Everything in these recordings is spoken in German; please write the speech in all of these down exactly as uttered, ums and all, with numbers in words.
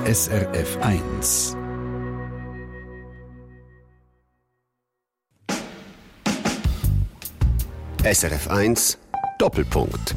S R F eins. S R F eins Doppelpunkt.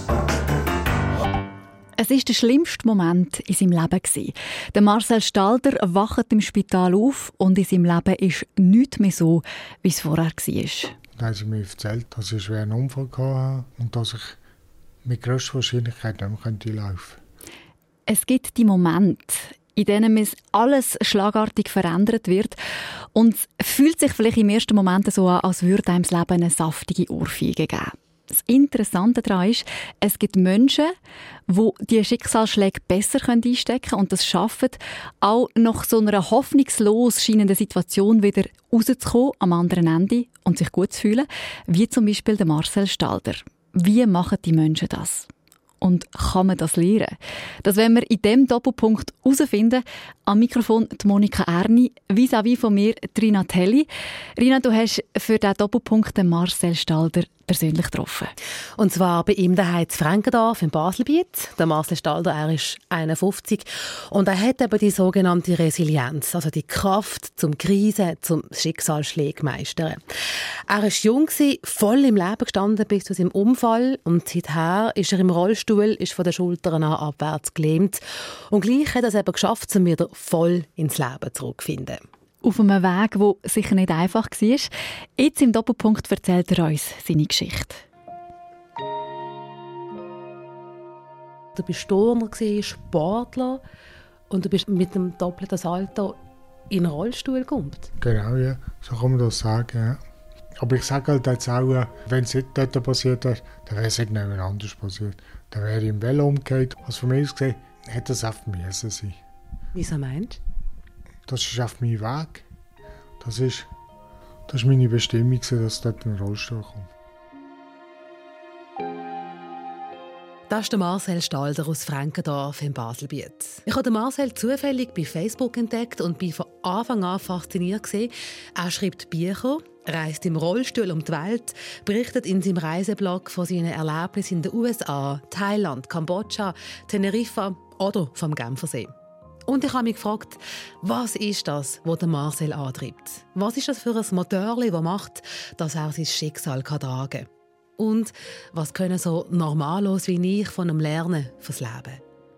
Es war der schlimmste Moment in seinem Leben. Der Marcel Stalder wacht im Spital auf und in seinem Leben ist nichts mehr so, wie es vorher war. Dann haben sie mir erzählt, dass ich einen schweren Unfall hatte und dass ich mit grösster Wahrscheinlichkeit nicht mehr laufen könnte. Es gibt die Momente, in denen alles schlagartig verändert wird und es fühlt sich vielleicht im ersten Moment so an, als würde einem das Leben eine saftige Ohrfeige geben. Das Interessante daran ist, es gibt Menschen, die diese Schicksalsschläge besser einstecken können und das schaffen, auch nach so einer hoffnungslos scheinenden Situation wieder rauszukommen am anderen Ende und sich gut zu fühlen, wie zum Beispiel der Marcel Stalder. Wie machen die Menschen das? Und kann man das lernen? Das wollen wir in diesem Doppelpunkt herausfinden. Am Mikrofon die Monika Erni, vis-à-vis von mir Rina Telli. Rina, du hast für diesen Doppelpunkt den Marcel Stalder persönlich getroffen. Und zwar bei ihm daheim in Frankendorf im Baselbiet. Der Marcel Stalder, er ist einundfünfzig und er hat eben die sogenannte Resilienz, also die Kraft zum Krisen, zum Schicksalsschläge meistern. Er war jung, voll im Leben gestanden bis zu seinem Unfall und seither ist er im Rollstuhl, ist von den Schultern an abwärts gelähmt und gleich hat er es eben geschafft, um wieder voll ins Leben zurückzufinden. Auf einem Weg, der sicher nicht einfach war. Jetzt im Doppelpunkt erzählt er uns seine Geschichte. Du warst Turner, Sportler und du bist mit einem doppelten Salto in einen Rollstuhl gekommen. Genau, ja. So kann man das sagen, ja. Aber ich sage halt jetzt auch, wenn es nicht dort passiert wäre, dann wäre es nicht jemand anders passiert. Dann wäre ich im Velo umgekehrt. Also von mir aus gesehen, hätte das auf mir sein. Wieso meinst du? Das ist auf meinem Weg. Das ist, das ist meine Bestimmung, dass dort ein Rollstuhl kommt. Das ist der Marcel Stalder aus Frankendorf im Baselbiet. Ich habe den Marcel zufällig bei Facebook entdeckt und bin von Anfang an fasziniert gewesen. Er schreibt Bücher, reist im Rollstuhl um die Welt, berichtet in seinem Reiseblog von seinen Erlebnissen in den U S A, Thailand, Kambodscha, Teneriffa oder vom Genfersee. Und ich habe mich gefragt, was ist das, was den Marcel antreibt? Was ist das für ein Motorli, das macht, dass er sein Schicksal tragen kann? Und was können so Normalos wie ich von ihm lernen fürs Leben?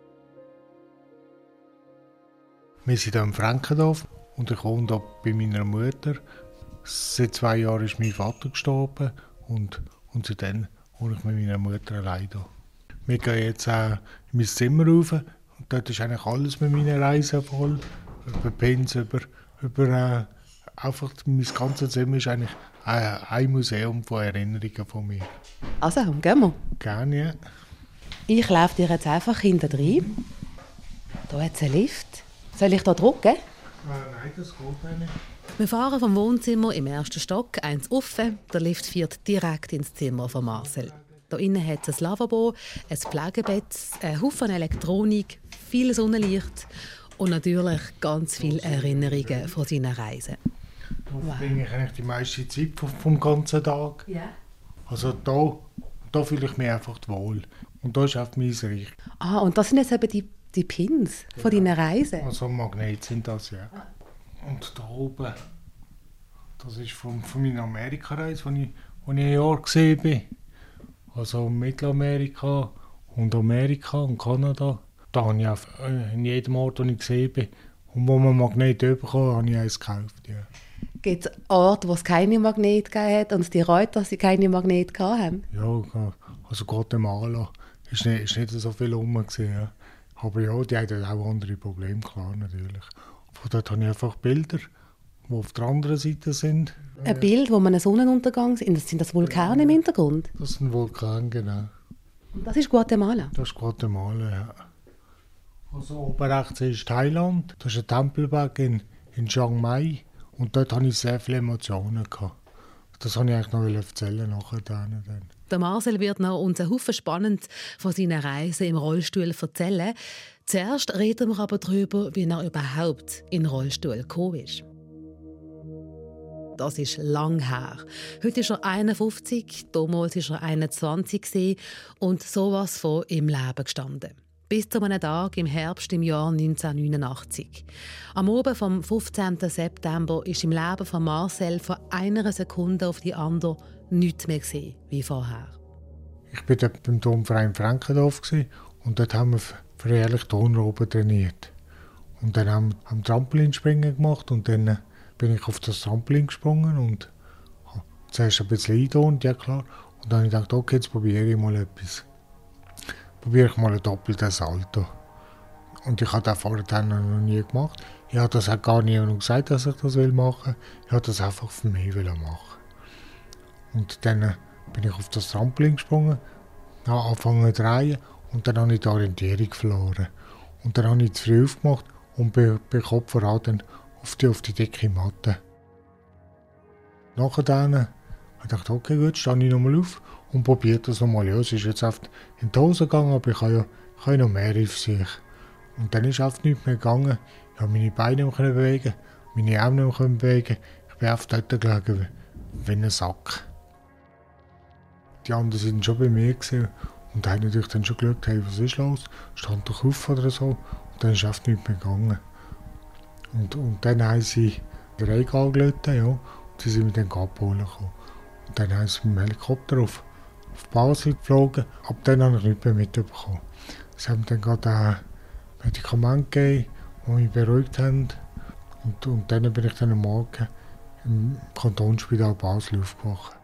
Wir sind hier in Frankendorf und ich wohne hier bei meiner Mutter. Seit zwei Jahren ist mein Vater gestorben und, und seitdem wohne ich mit meiner Mutter allein hier. Wir gehen jetzt äh, in mein Zimmer rauf. Und dort ist eigentlich alles mit meinen Reisen voll. Über Pins, über, über äh, einfach mein ganzes Zimmer ist eigentlich äh, ein Museum von Erinnerungen von mir. Also, gehen wir. Gerne, ja. Ich laufe dir jetzt einfach hinten rein. Hier hat es einen Lift. Soll ich hier drücken? Äh, nein, das geht nicht. Wir fahren vom Wohnzimmer im ersten Stock, eins offen. Der Lift führt direkt ins Zimmer von Marcel. Da innen hat es ein Lavabo, ein Pflegebett, einen Haufen Elektronik, viel Sonnenlicht und natürlich ganz viele Erinnerungen von seinen Reisen. Da verbringe ich eigentlich die meiste Zeit vom ganzen Tag. Ja. Also da, da fühle ich mich einfach wohl. Und da ist auch mein Reich. Ah, und das sind jetzt eben die, die Pins von Ja. deinen Reisen? Also Magnete sind das, ja. Und da oben, das ist von, von meiner Amerika-Reise, wo ich, wo ich ein Jahr gesehen bin. Also Mittelamerika und Amerika und Kanada. Da habe ich auch in jedem Ort, wo ich gesehen bin. Und wo man Magnete bekommen habe ich eins gekauft. Ja. Gibt es Orte, wo es keine Magnete gegeben hat und die Reuter sie keine Magnete hatten? Ja, also Guatemala ist nicht, ist nicht so viel rum. Ja. Aber ja, die hatten auch andere Probleme, klar, natürlich. Von dort habe ich einfach Bilder, die auf der anderen Seite sind. Ein Bild, wo man einen Sonnenuntergang sieht. Sind das Vulkane im Hintergrund? Das ist ein Vulkan, genau. Und das ist Guatemala? Das ist Guatemala, ja. Also oben rechts ist Thailand. Das ist ein Tempelberg in, in Chiang Mai. Und dort hatte ich sehr viele Emotionen gehabt. Das wollte ich eigentlich noch erzählen nachher. Dann. Der Marcel wird noch uns einen Haufen spannend von seinen Reisen im Rollstuhl erzählen. Zuerst reden wir aber darüber, wie er überhaupt in den Rollstuhl gekommen ist. Das ist lang her. Heute ist er einundfünfzig, damals war er einundzwanzig und sowas von im Leben gestanden. Bis zu einem Tag im Herbst im Jahr neunzehnhundertneunundachtzig. Am Abend vom fünfzehnten September ist im Leben von Marcel von einer Sekunde auf die andere nichts mehr gesehen wie vorher. Ich war dort beim Turnverein Frankendorf und dort haben wir verjährlich Turnroben trainiert. Und dann haben wir Trampolinspringen gemacht und dann bin ich auf das Trampolin gesprungen und zuerst ein bisschen eingeturnt, ja klar. Und dann habe ich gedacht, okay, jetzt probiere ich mal etwas. Probiere ich mal ein doppeltes Salto. Und ich habe das vorher noch nie gemacht. Ich habe das auch gar niemandem gesagt, dass ich das machen will. Ich habe das einfach für mich machen. Und dann bin ich auf das Trampolin gesprungen, habe angefangen zu drehen und dann habe ich die Orientierung verloren. Und dann habe ich zu früh aufgemacht und bin, bin Kopf voran dann auf die, auf die dicke Matte. Nachher dann habe ich gedacht, okay, gut, stehe ich nochmal auf und probiere das nochmal. Ja, es ist jetzt oft in die Hose gegangen, aber ich habe ja, ich habe ja noch mehr auf sich. Und dann ist oft nichts mehr gegangen. Ich habe meine Beine nicht mehr bewegen, meine Arme nicht mehr bewegen. Ich bin oft dort gelegen wie ein Sack. Die anderen waren schon bei mir und haben natürlich dann schon geschaut, hey, was ist los? Stand doch auf oder so. Und dann ist oft nichts mehr gegangen. Und, und dann haben sie den Regen angerufen, ja, und sie sind mit dem abholen gekommen. Und dann haben sie mit dem Helikopter auf, auf Basel geflogen. Ab dann habe ich nichts mehr mitbekommen. Sie haben dann gerade ein Medikament gegeben, die mich beruhigt haben. Und, und dann bin ich dann am Morgen im Kantonsspital Basel aufgewacht.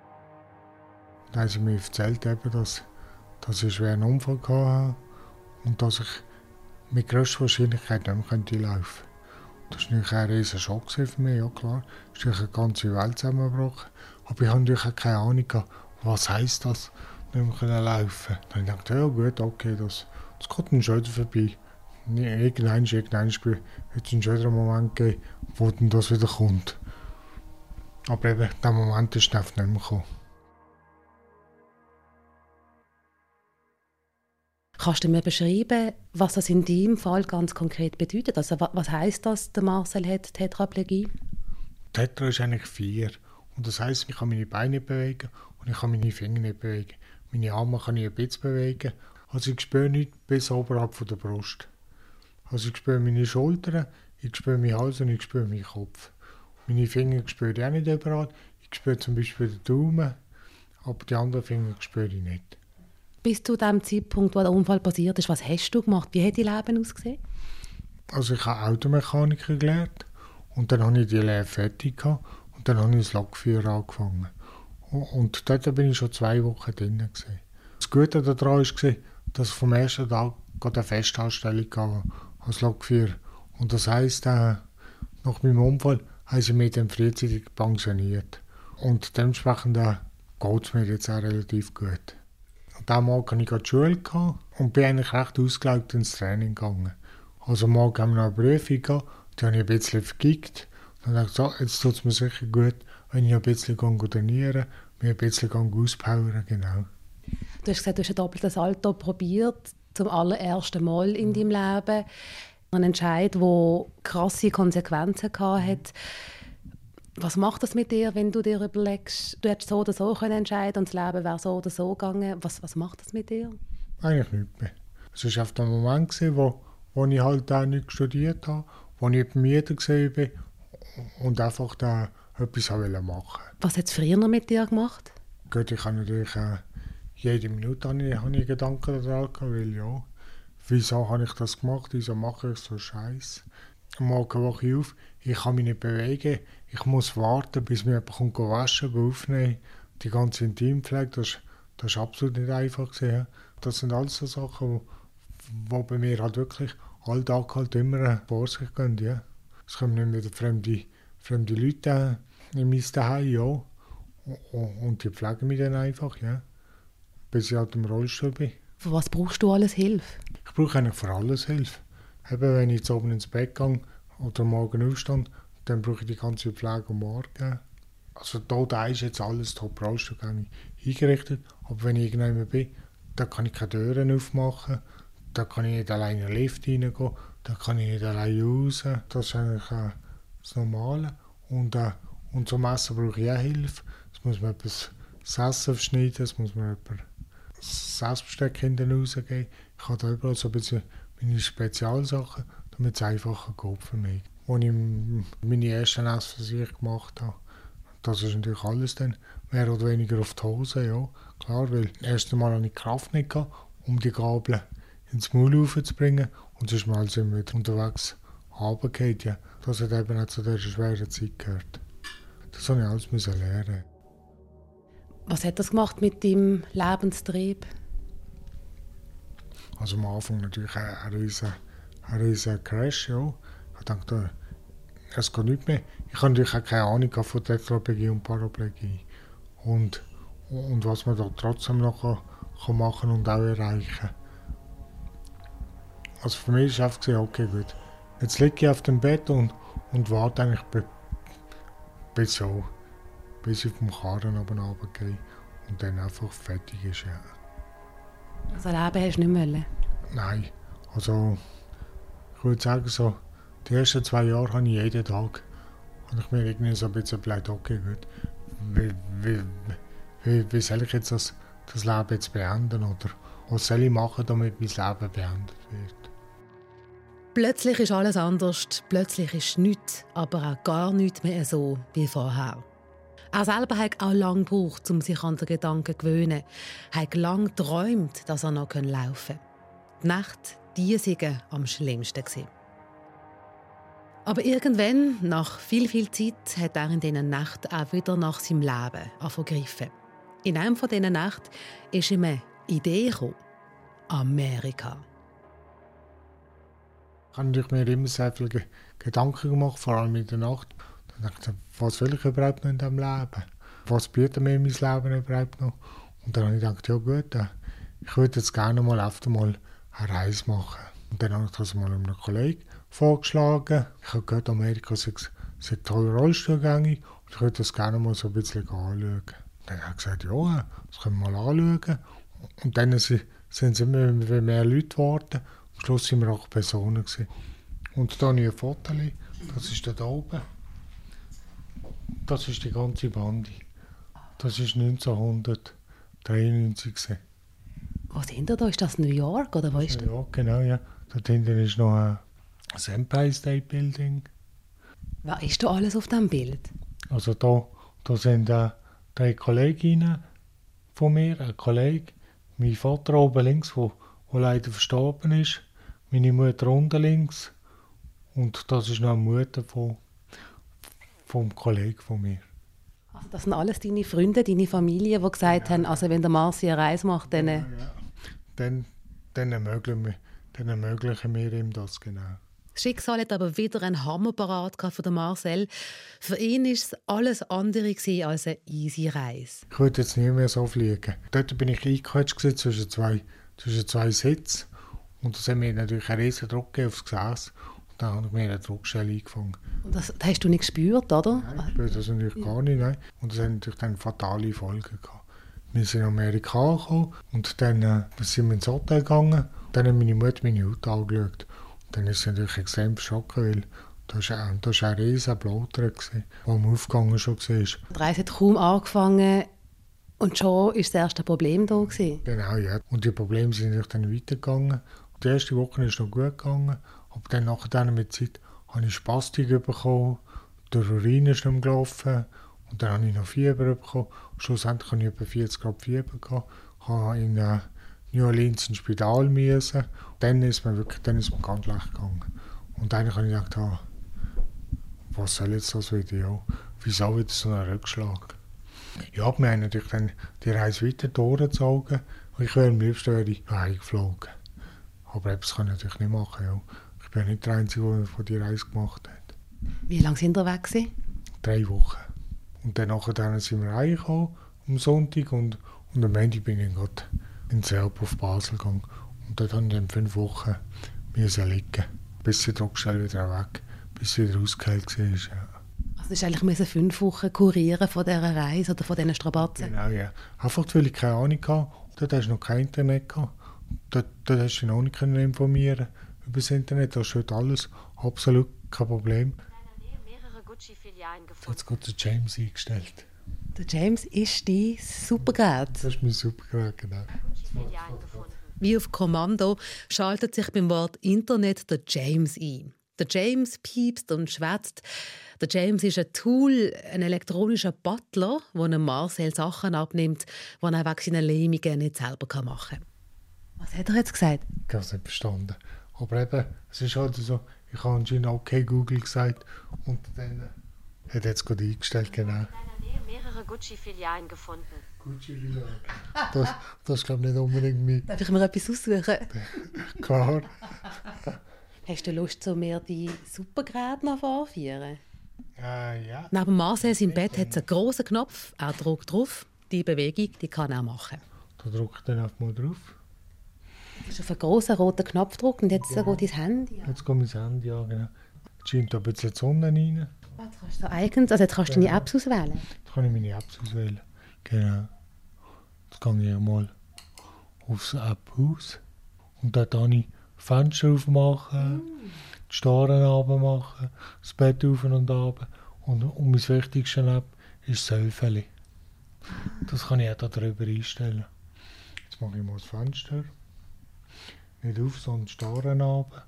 Dann haben sie mir erzählt, dass, dass ich einen schweren Unfall hatte und dass ich mit grösster Wahrscheinlichkeit nicht mehr laufen könnte. Das war natürlich ein riesiger Schock für mich, ja klar. Es ist natürlich eine ganze Welt zusammengebrochen. Aber ich hatte natürlich auch keine Ahnung, was heisst das, nicht mehr laufen. Dann dachte ich, ja gut, okay, das, das geht dann schon vorbei. Irgendwann, irgendwann wird es einen schönen Moment geben, wo dann das wieder kommt. Aber eben, der Moment ist nicht mehr gekommen. Kannst du mir beschreiben, was das in deinem Fall ganz konkret bedeutet? Also, was heisst das, der Marcel hat Tetraplegie? Tetra ist eigentlich vier. Und das heisst, ich kann meine Beine nicht bewegen und ich kann meine Finger nicht bewegen. Meine Arme kann ich ein bisschen bewegen. Also ich spüre nichts bis oberhalb von der Brust. Also ich spüre meine Schultern, ich spüre meinen Hals und ich spüre meinen Kopf. Meine Finger spüre ich auch nicht überall. Ich spüre zum Beispiel den Daumen, aber die anderen Finger spüre ich nicht. Bis zu dem Zeitpunkt, wo der Unfall passiert ist, was hast du gemacht? Wie hat dein Leben ausgesehen? Also ich habe Automechaniker gelernt und dann hatte ich die Lehre fertig gehabt, und dann habe ich als Lokführer angefangen. Und dort bin ich schon zwei Wochen drin. Das Gute daran war, dass ich vom ersten Tag eine Festanstellung hatte als Lokführer. Und das heisst, äh, nach meinem Unfall haben sie mich dann frühzeitig pensioniert. Und dementsprechend äh, geht es mir jetzt auch relativ gut. Und diesen Morgen hatte ich die Schule und bin eigentlich recht ausgelaugt ins Training gegangen. Also morgen haben wir noch eine Prüfung gehabt, die habe ich ein bisschen vergeigt. Dann dachte ich, so, jetzt tut es mir sicher gut, wenn ich ein bisschen trainieren kann, mich ein bisschen auspowern, genau. Du hast gesagt, du hast ein doppeltes Salto probiert, zum allerersten Mal in deinem Leben. Ein Entscheid, der krasse Konsequenzen hatte. Was macht das mit dir, wenn du dir überlegst, du hättest so oder so entscheiden können und das Leben wäre so oder so gegangen? Was, was macht das mit dir? Eigentlich nichts mehr. Es war einfach der Moment, wo, wo ich halt auch nicht studiert habe, wo ich müde war und einfach da etwas machen wollte. Was hat es früher mit dir gemacht? Gut, ich habe natürlich äh, jede Minute habe ich, habe ich Gedanken daran gehabt, weil ja, wieso habe ich das gemacht, wieso mache ich so Scheiß? Am Morgen wache ich auf, ich kann mich nicht bewegen, ich muss warten, bis mir jemand kommt, waschen, aufnehmen. Die ganze Intimpflege, das, das ist absolut nicht einfach gewesen. Das sind alles so Sachen, die bei mir halt wirklich alltag halt immer vor sich gehen. Ja. Es kommen nicht wieder fremde, fremde Leute in mein Zuhause, ja. Und die pflegen mich dann einfach, ja. Bis ich halt im Rollstuhl bin. Für was brauchst du alles Hilfe? Ich brauche eigentlich für alles Hilfe. Eben, wenn ich jetzt oben ins Bett gehe oder morgen aufstehe, dann brauche ich die ganze Pflege am Morgen. Also da ist jetzt alles top Rollstuhl eingerichtet. Aber wenn ich irgendwann bin, dann kann ich keine Türen aufmachen. Da kann ich nicht alleine in den Lift reingehen. Da kann ich nicht alleine raus. Das ist eigentlich äh, das Normale. Und, äh, und zum Essen brauche ich auch Hilfe. Es muss man etwas das Essen verschneiden, es muss man das Essbesteck hinten rausgeben. Ich habe da überall so ein bisschen meine Spezialsachen, damit es einfacher geht für mich. Als ich meine ersten Essversuche gemacht habe, das ist natürlich alles dann mehr oder weniger auf die Hose, ja. Klar, weil das erste Mal hatte ich Kraft nicht gehabt, um die Gabel ins Maul raufzubringen. Und sonst mal sind wir wieder unterwegs runtergefallen. Ja. Das hat eben auch zu dieser schweren Zeit gehört. Das musste ich alles müssen lernen. Was hat das gemacht mit deinem Lebenstrieb? Also am Anfang natürlich ein, ein riesen, ein riesen Crash, ja. Ich dachte, es geht nicht mehr. Ich hatte natürlich auch keine Ahnung von Tetraplegie und Paraplegie. Und, und was man da trotzdem noch kann, kann machen und auch erreichen. Also für mich war es einfach, okay, gut. Jetzt liege ich auf dem Bett und, und warte eigentlich bis, bis, so, bis ich vom Karren oben runtergehe und dann einfach fertig ist. Ja. Also leben hast du nicht wollen? Nein, also ich würde sagen, so, die ersten zwei Jahre habe ich jeden Tag und ich mir irgendwie so ein bisschen gedacht, okay, gut, wie, wie, wie, wie soll ich jetzt das, das Leben jetzt beenden oder was soll ich machen, damit mein Leben beendet wird? Plötzlich ist alles anders, plötzlich ist nichts, aber auch gar nichts mehr so wie vorher. Er selber hat auch lange gebraucht, um sich an den Gedanken zu gewöhnen. Er hat lange geträumt, dass er noch laufen kann. Die Nacht, die waren am schlimmsten. Aber irgendwann, nach viel, viel Zeit, hat er in diesen Nächten auch wieder nach seinem Leben angefangen. In einem von diesen Nächten ist ihm eine Idee gekommen. Amerika. Ich habe mir immer sehr viele Gedanken gemacht, vor allem in der Nacht. Dann dachte ich, was will ich überhaupt noch in diesem Leben? Was bietet mir mein Leben überhaupt noch? Und dann habe ich gedacht, ja gut, ich würde jetzt gerne mal öfter mal eine Reise machen. Und dann habe ich das mal einem Kollegen vorgeschlagen. Ich habe gehört, Amerika sei, sei toll rollstuhlgängig und ich würde das gerne mal so ein bisschen anschauen. Dann habe ich gesagt, ja, das können wir mal anschauen. Und dann sind es immer mehr Leute geworden. Am Schluss waren wir acht Personen. Und da habe ich ein Foto, das ist da oben. Das ist die ganze Bande. Das war neunzehnhundertdreiundneunzig. Wo sind ihr da? Ist das New York oder wo ist das? Ja, genau, ja. Dort hinten ist noch das Empire State Building. Was ist da alles auf diesem Bild? Also da, da sind äh, drei Kolleginnen von mir, ein Kollege, mein Vater oben links, der leider verstorben ist, meine Mutter unten links und das ist noch eine Mutter von, vom Kollegen von mir. Also das sind alles deine Freunde, deine Familie, die gesagt ja. haben, also wenn der Marci eine Reise macht, dann... Ja, ja. Dann, dann, ermöglichen wir, dann ermöglichen wir ihm das, genau. Das Schicksal hat aber wieder einen Hammer parat von der Marcel. Für ihn war es alles andere als eine easy Reise. Ich würde jetzt nie mehr so fliegen. Dort bin ich eingequetscht zwischen zwei, zwischen zwei Sitzen. Und das hat mir natürlich einen riesen Druck gegeben aufs Gesäß. Und dann habe ich mir eine Druckstelle eingefangen. Und das, das hast du nicht gespürt, oder? Nein, ich spüre das natürlich gar nicht. Nein. Und das hat natürlich dann fatale Folgen gehabt. Wir sind in Amerika angekommen und dann äh, sind wir ins Hotel gegangen. Dann hat meine Mutter meine Haut angeschaut. Und dann ist sie natürlich extrem verschockt, weil da war ein, ein riesiger Bloter, der am Aufgang schon war. Die Reise hat kaum angefangen und schon war das erste Problem da. Genau, ja. Und die Probleme sind natürlich dann weitergegangen. Die erste Woche ist noch gut gegangen, aber dann nachher mit der Zeit habe ich Spastik bekommen, der Urin ist nicht gelaufen und dann habe ich noch Fieber bekommen. Schlussendlich hatte ich etwa vierzig Grad Fieber gehabt, habe in äh, New Orleans ins Spital müssen. Dann ist mir wirklich, dann ist mir ganz schlecht gegangen. Und dann habe ich gedacht, ah, was soll jetzt das wieder? Ja, wieso wieder so ein Rückschlag? Ja, wir haben natürlich dann die Reise weiter durchgezogen. Ich wäre am liebsten wäre ich heimgeflogen. Aber das kann ich natürlich nicht machen. Ja. Ich bin nicht der Einzige, der die Reise gemacht hat. Wie lange sind ihr weg gewesen? Drei Wochen. Und dann nachher sind wir heimgekommen am Sonntag und, und am Montag bin ich gerade ins Elb auf Basel gegangen. Und dort habe ich dann fünf Wochen müssen liegen, bis die Druckstelle wieder weg, bis sie wieder ausgeheilt war. Ja. Also du musst eigentlich fünf Wochen kurieren von dieser Reise oder von diesen Strapazen? Genau, ja. Einfach, weil ich keine Ahnung hatte. Dort hast du noch kein Internet gehabt. Dort, dort hast du dich noch nicht informieren über das Internet. Das ist heute alles absolut kein Problem. Du hast gerade den James eingestellt. Der James ist dein Supergerät? Das ist mein Supergerät, genau. Wie auf Kommando schaltet sich beim Wort Internet der James ein. Der James piepst und schwätzt. Der James ist ein Tool, ein elektronischer Butler, der einem Marcel Sachen abnimmt, die er wegen seiner Lähmungen nicht selber machen kann. Was hat er jetzt gesagt? Ich habe es nicht verstanden. Aber eben, es ist halt so, ich habe anscheinend okay Google gesagt und dann hat er jetzt gerade eingestellt, genau. In deiner Nähe mehrere Gucci-Filialen gefunden. Gucci-Filialen? Das, das ist glaube ich nicht unbedingt mit. Darf ich mir etwas aussuchen? Klar. Hast du Lust, so mehr die Supergeräte noch vorführen? Äh, ja. Neben Marcel im Bett hat es einen grossen Knopf. Er drückt drauf. Die Bewegung die kann er machen. Da drücke ich dann einfach mal drauf. Du hast auf einen grossen roten Knopf gedrückt und jetzt ja. geht dein Handy an. Jetzt geht mein Handy an, genau. Jetzt scheint da ein bisschen die Sonne rein. Jetzt kannst du, eigens, also jetzt kannst du deine Apps auswählen? Jetzt kann ich meine Apps auswählen. Genau. Jetzt gehe ich mal aufs App-Haus und dort kann ich Fenster aufmachen, mm. die Starren runtermachen, das Bett auf und runter. Und, und mein wichtigste App ist das Säufeli. Das kann ich auch da drüber einstellen. Jetzt mache ich mal das Fenster. Nicht auf, sondern die Starren runter.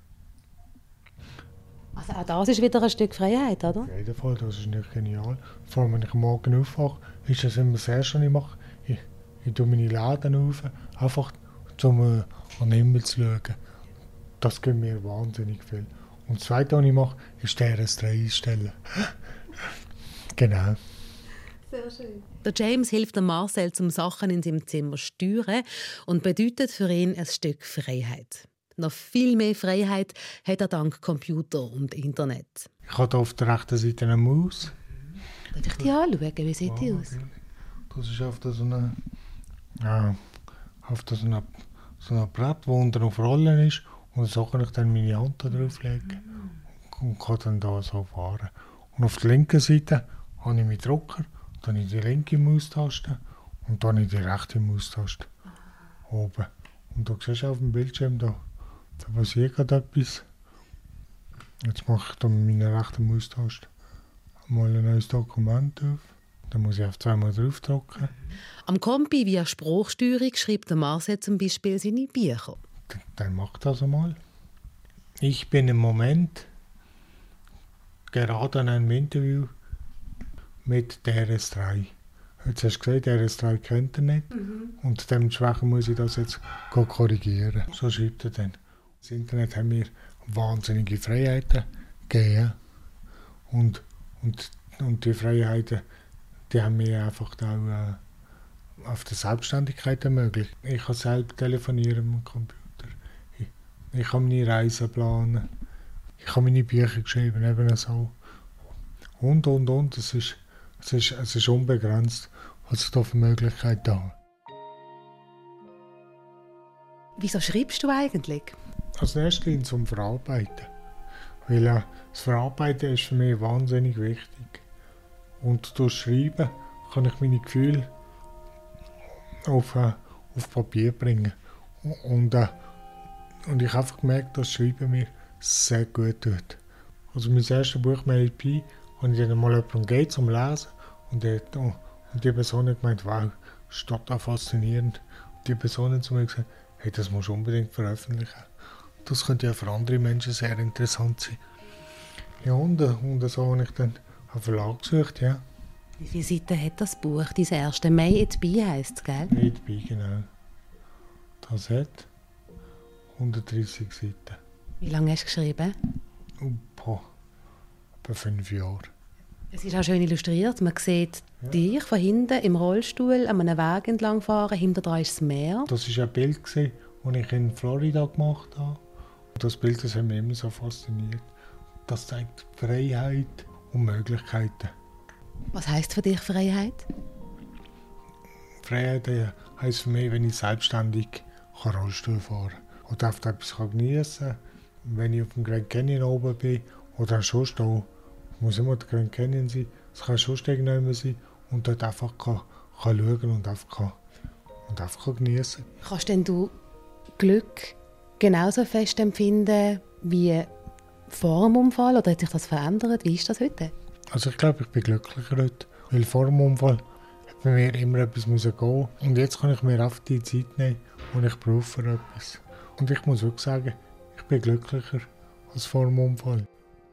Also auch das ist wieder ein Stück Freiheit, oder? Auf jeden Fall, das ist nicht genial. Vor allem, wenn ich am Morgen aufwache, ist das immer das Erste, was ich mache. Ich, ich tue meine Läden auf, einfach um äh, an den Himmel zu schauen. Das gibt mir wahnsinnig viel. Und das Zweite, was ich mache, ist die R S drei einstellen. Genau. Sehr schön. Der James hilft dem Marcel, zum Sachen in seinem Zimmer zu steuern und bedeutet für ihn ein Stück Freiheit. Noch viel mehr Freiheit hat er dank Computer und Internet. Ich habe hier auf der rechten Seite eine Maus. Darf ich die anschauen? Wie sieht die aus? Das ist auf so eine, ja, auf so eine, so eine Brett, das unten auf Rollen ist. Und so kann ich dann meine Hand da drauflegen und kann dann da so fahren. Und auf der linken Seite habe ich meinen Drucker, dann habe ich die linke Maustaste und dann habe ich die rechte Maustaste oben. Und da siehst du auf dem Bildschirm, da, da passiert gerade etwas. Jetzt mache ich dann mit meiner rechten Maustaste mal ein neues Dokument auf. Dann muss ich auf zweimal draufdrücken. Am Kompi via Sprachsteuerung schreibt der Marcel zum Beispiel seine Bücher. Dann mach das einmal. Ich bin im Moment gerade an einem Interview mit der R S drei. Jetzt hast du gesehen, der R S drei kennt er nicht. Mhm. Und dementsprechend muss ich das jetzt korrigieren. So schreibt er dann. Das Internet hat mir wahnsinnige Freiheiten gegeben. Und, und, und die Freiheiten, die haben mir einfach auch äh, auf der Selbstständigkeit ermöglicht. Ich kann selbst telefonieren mit dem Computer. Ich, ich kann meine Reisen planen. Ich habe meine Bücher geschrieben, eben so. Und, und, und. Es ist, es ist, es ist unbegrenzt, was ich da für Möglichkeiten habe. Wieso schreibst du eigentlich? Als erstes Linie zum Verarbeiten. Weil äh, das Verarbeiten ist für mich wahnsinnig wichtig. Und durch Schreiben kann ich meine Gefühle auf, äh, auf Papier bringen. Und, äh, und ich habe einfach gemerkt, dass Schreiben mir sehr gut tut. Also mein erstes Buch, Mary P., habe ich dann mal jemandem gegeben zum Lesen. Und die, und die Person hat gemeint, wow, das ist total faszinierend. Und die Person hat zu mir gesagt, hey, das musst du unbedingt veröffentlichen. Das könnte ja für andere Menschen sehr interessant sein. Ja, und, und so habe ich dann einen Verlag gesucht, ja. Wie viele Seiten hat das Buch, dein erste? «May it be» heisst es, gell? «May it be», genau. Das hat hundertdreissig Seiten. Wie lange hast du geschrieben? Oh, boah, etwa fünf Jahre. Es ist auch schön illustriert. Man sieht ja. dich von hinten im Rollstuhl an einem Weg entlang fahren. Hinter dran ist das Meer. Das war ein Bild, das ich in Florida gemacht habe. Das Bild das hat mich immer so fasziniert. Das zeigt Freiheit und Möglichkeiten. Was heisst für dich Freiheit? Freiheit heisst für mich, wenn ich selbstständig Rollstuhl fahren kann. Oder etwas geniessen kann. Wenn ich auf dem Grand Canyon oben bin oder schon stehe, muss immer der Grand Canyon sein. Es kann schon irgendjemand sein und dort einfach kann, kann schauen und einfach, kann, und einfach geniessen. Kannst denn du Glück genauso fest empfinden wie vor dem Unfall oder hat sich das verändert? Wie ist das heute? Also ich glaube, ich bin glücklicher heute, weil vor dem Unfall hat bei mir immer etwas gehen. Und jetzt kann ich mir einfach die Zeit nehmen und ich brauche für etwas. Und ich muss wirklich sagen, ich bin glücklicher als vor dem Unfall.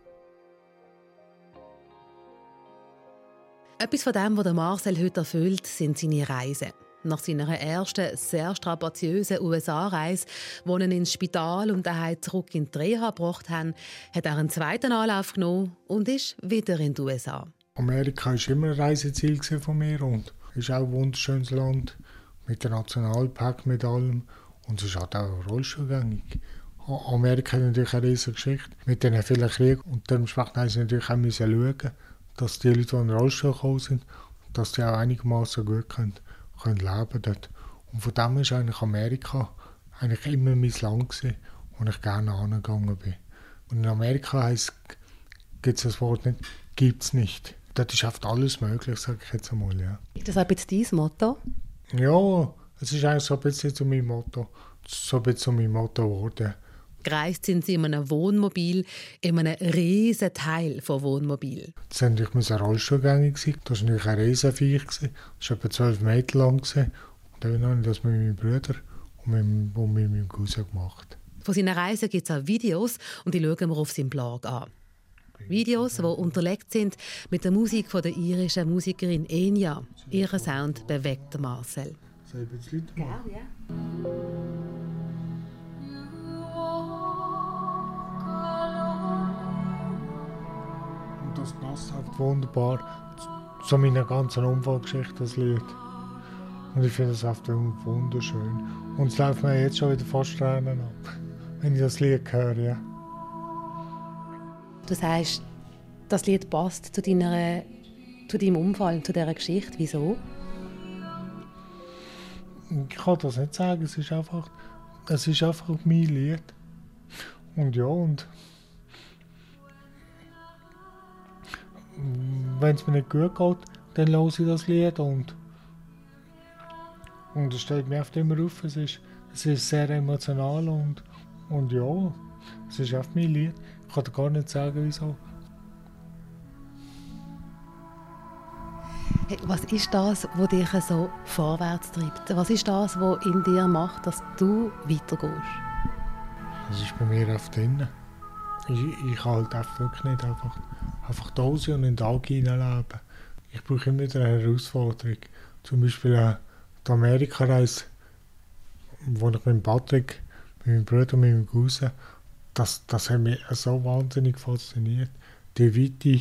Etwas von dem, was Marcel heute erfüllt, sind seine Reisen. Nach seiner ersten, sehr strapaziösen U S A-Reise, die ihn ins Spital und daheim zurück in die Reha gebracht haben, hat er einen zweiten Anlauf genommen und ist wieder in die U S A. Amerika war immer ein Reiseziel von mir und es ist auch ein wunderschönes Land mit dem Nationalpark, mit allem. Und es ist halt auch rollstuhlgängig. Amerika hat natürlich eine riesige Geschichte mit den vielen Kriegen und dementsprechend mussten sie natürlich auch schauen, dass die Leute, die in den Rollstuhl gekommen sind, dass die auch einigermaßen gut können, können leben dort. Und von dem ist eigentlich Amerika eigentlich immer mein Land gewesen, wo ich gerne hingegangen bin. Und in Amerika heisst, gibt es das Wort nicht, gibt es nicht. Dort ist oft alles möglich, sage ich jetzt einmal. Ja. Ist das auch ein bisschen dein Motto? Ja, es ist eigentlich so ein bisschen zu meinem Motto, so ein bisschen zu meinem Motto geworden. Gereist sind sie in einem Wohnmobil, in einem riesen Teil von Wohnmobil. Das war natürlich rollstuhlgängig. Das war natürlich ein Riesenviech. Das war etwa zwölf Meter lang. Und dann habe ich das mit meinem Bruder und mit, und mit meinem Cousin gemacht. Von seinen Reisen gibt es auch Videos und die schauen wir auf seinem Blog an. Videos, die unterlegt sind mit der Musik von der irischen Musikerin Enya. Ihr Sound bewegt Marcel. Soll ich jetzt Leute machen? Ja, ja. Und das passt halt wunderbar zu meiner ganzen Unfallgeschichte, das Lied. Und ich finde es einfach wunderschön. Und es läuft mir jetzt schon wieder fast Tränen ab, wenn ich das Lied höre. Ja. Du sagst, das Lied passt zu, deiner, zu deinem Unfall, zu dieser Geschichte. Wieso? Ich kann das nicht sagen, es ist einfach, es ist einfach mein Lied. Und ja, und wenn es mir nicht gut geht, dann höre ich das Lied und, und es steht mir oft immer auf, es ist, es ist sehr emotional und, und ja, es ist einfach mein Lied. Ich kann dir gar nicht sagen, wieso. Hey, was ist das, was dich so vorwärts treibt? Was ist das, was in dir macht, dass du weitergehst? Das ist bei mir oft drin. Ich, ich kann halt einfach wirklich nicht einfach, einfach da sein und in den Tag hineinleben. Ich brauche immer wieder eine Herausforderung. Zum Beispiel äh, die Amerika-Reise, wo ich mit Patrick, mit meinem Bruder und mit meinem Cousin, das, das hat mich so wahnsinnig fasziniert. Die Weite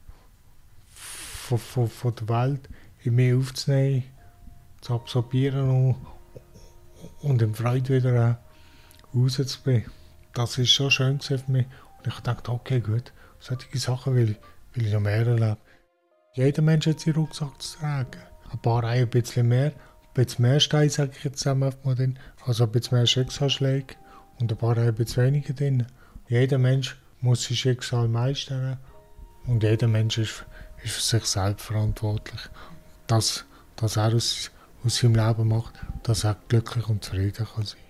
von, von, von der Welt in mir aufzunehmen, zu absorbieren und, und in Freude wieder äh, rauszubringen. Das war so schön für mich. Und ich dachte, okay, gut, solche Sachen will, will ich noch mehr erleben. Jeder Mensch hat seinen Rucksack zu tragen. Ein paar haben ein bisschen mehr, ein bisschen mehr Steine, sage ich jetzt zusammen mal drin, also ein bisschen mehr Schicksalsschläge und ein paar haben ein bisschen weniger drin. Jeder Mensch muss sein Schicksal meistern und jeder Mensch ist, ist für sich selbst verantwortlich. Das, das er aus, aus seinem Leben macht, dass er glücklich und zufrieden kann sein.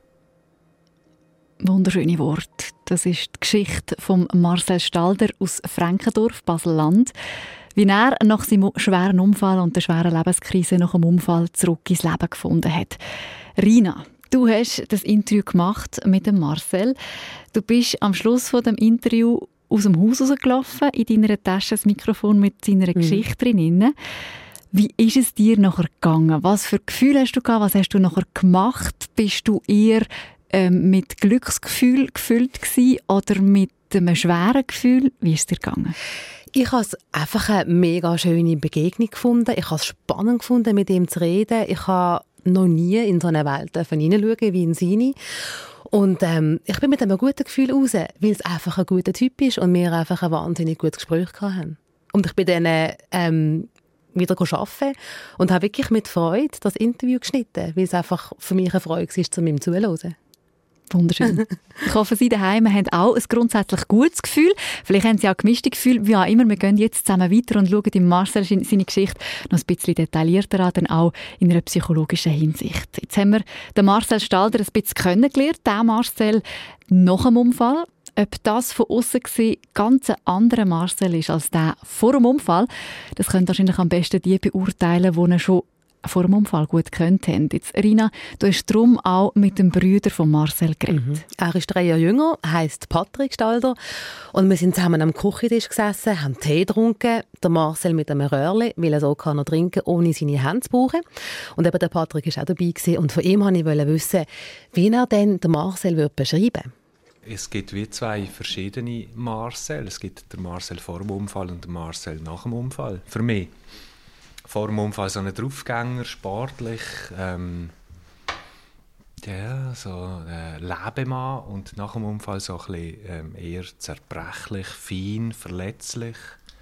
Wunderschöne Worte. Das ist die Geschichte von Marcel Stalder aus Frankendorf, Basel-Land. Wie er nach seinem schweren Unfall und der schweren Lebenskrise nach dem Unfall zurück ins Leben gefunden hat. Rina, du hast das Interview gemacht mit dem Marcel. Du bist am Schluss von dem Interview aus dem Haus rausgelaufen, in deiner Tasche das Mikrofon mit seiner mhm. Geschichte drin. Wie ist es dir nachher gegangen? Was für Gefühle hast du gehabt? Was hast du nachher gemacht? Bist du eher ähm, mit Glücksgefühl gefüllt gewesen oder mit einem schweren Gefühl? Wie ist es dir gegangen? Ich habe es einfach eine mega schöne Begegnung gefunden. Ich habe es spannend gefunden, mit ihm zu reden. Ich habe noch nie in so eine Welt hineinschauen wie in seine. Und ähm, ich bin mit einem guten Gefühl raus, weil es einfach ein guter Typ ist und wir einfach ein wahnsinnig gutes Gespräch hatten. Und ich bin dann ähm, wieder arbeiten und habe wirklich mit Freude das Interview geschnitten, weil es einfach für mich eine Freude war, zu ihm zuzuhören. Wunderschön. Ich hoffe, Sie daheim haben auch ein grundsätzlich gutes Gefühl. Vielleicht haben Sie auch gemischte Gefühle. Wie auch immer, wir gehen jetzt zusammen weiter und schauen dem Marcel seine Geschichte noch ein bisschen detaillierter an, dann auch in einer psychologischen Hinsicht. Jetzt haben wir den Marcel Stalder ein bisschen kennengelernt, den Marcel nach dem Unfall. Ob das von außen gesehen ganz ein anderer Marcel ist als der vor dem Unfall, das können wahrscheinlich am besten die beurteilen, die ihn schon vor dem Unfall gut gekannt haben. Jetzt, Rina, du hast darum auch mit dem Bruder von Marcel geredet. Mhm. Er ist drei Jahre jünger, heisst Patrick Stalder. Und wir sind zusammen am Küchentisch gesessen, haben Tee getrunken. Der Marcel mit einem Röhrli, weil er so kann er trinken, ohne seine Hände zu brauchen. Und eben der Patrick war auch dabei gewesen. Und von ihm wollte ich wissen, wie er denn den Marcel beschreiben würde. Es gibt wie zwei verschiedene Marcel. Es gibt den Marcel vor dem Unfall und den Marcel nach dem Unfall. Für mich. Vor dem Unfall so ein Draufgänger, sportlich, ähm, ja, so äh, Lebemann. Und nach dem Unfall so ein bisschen ähm, eher zerbrechlich, fein, verletzlich.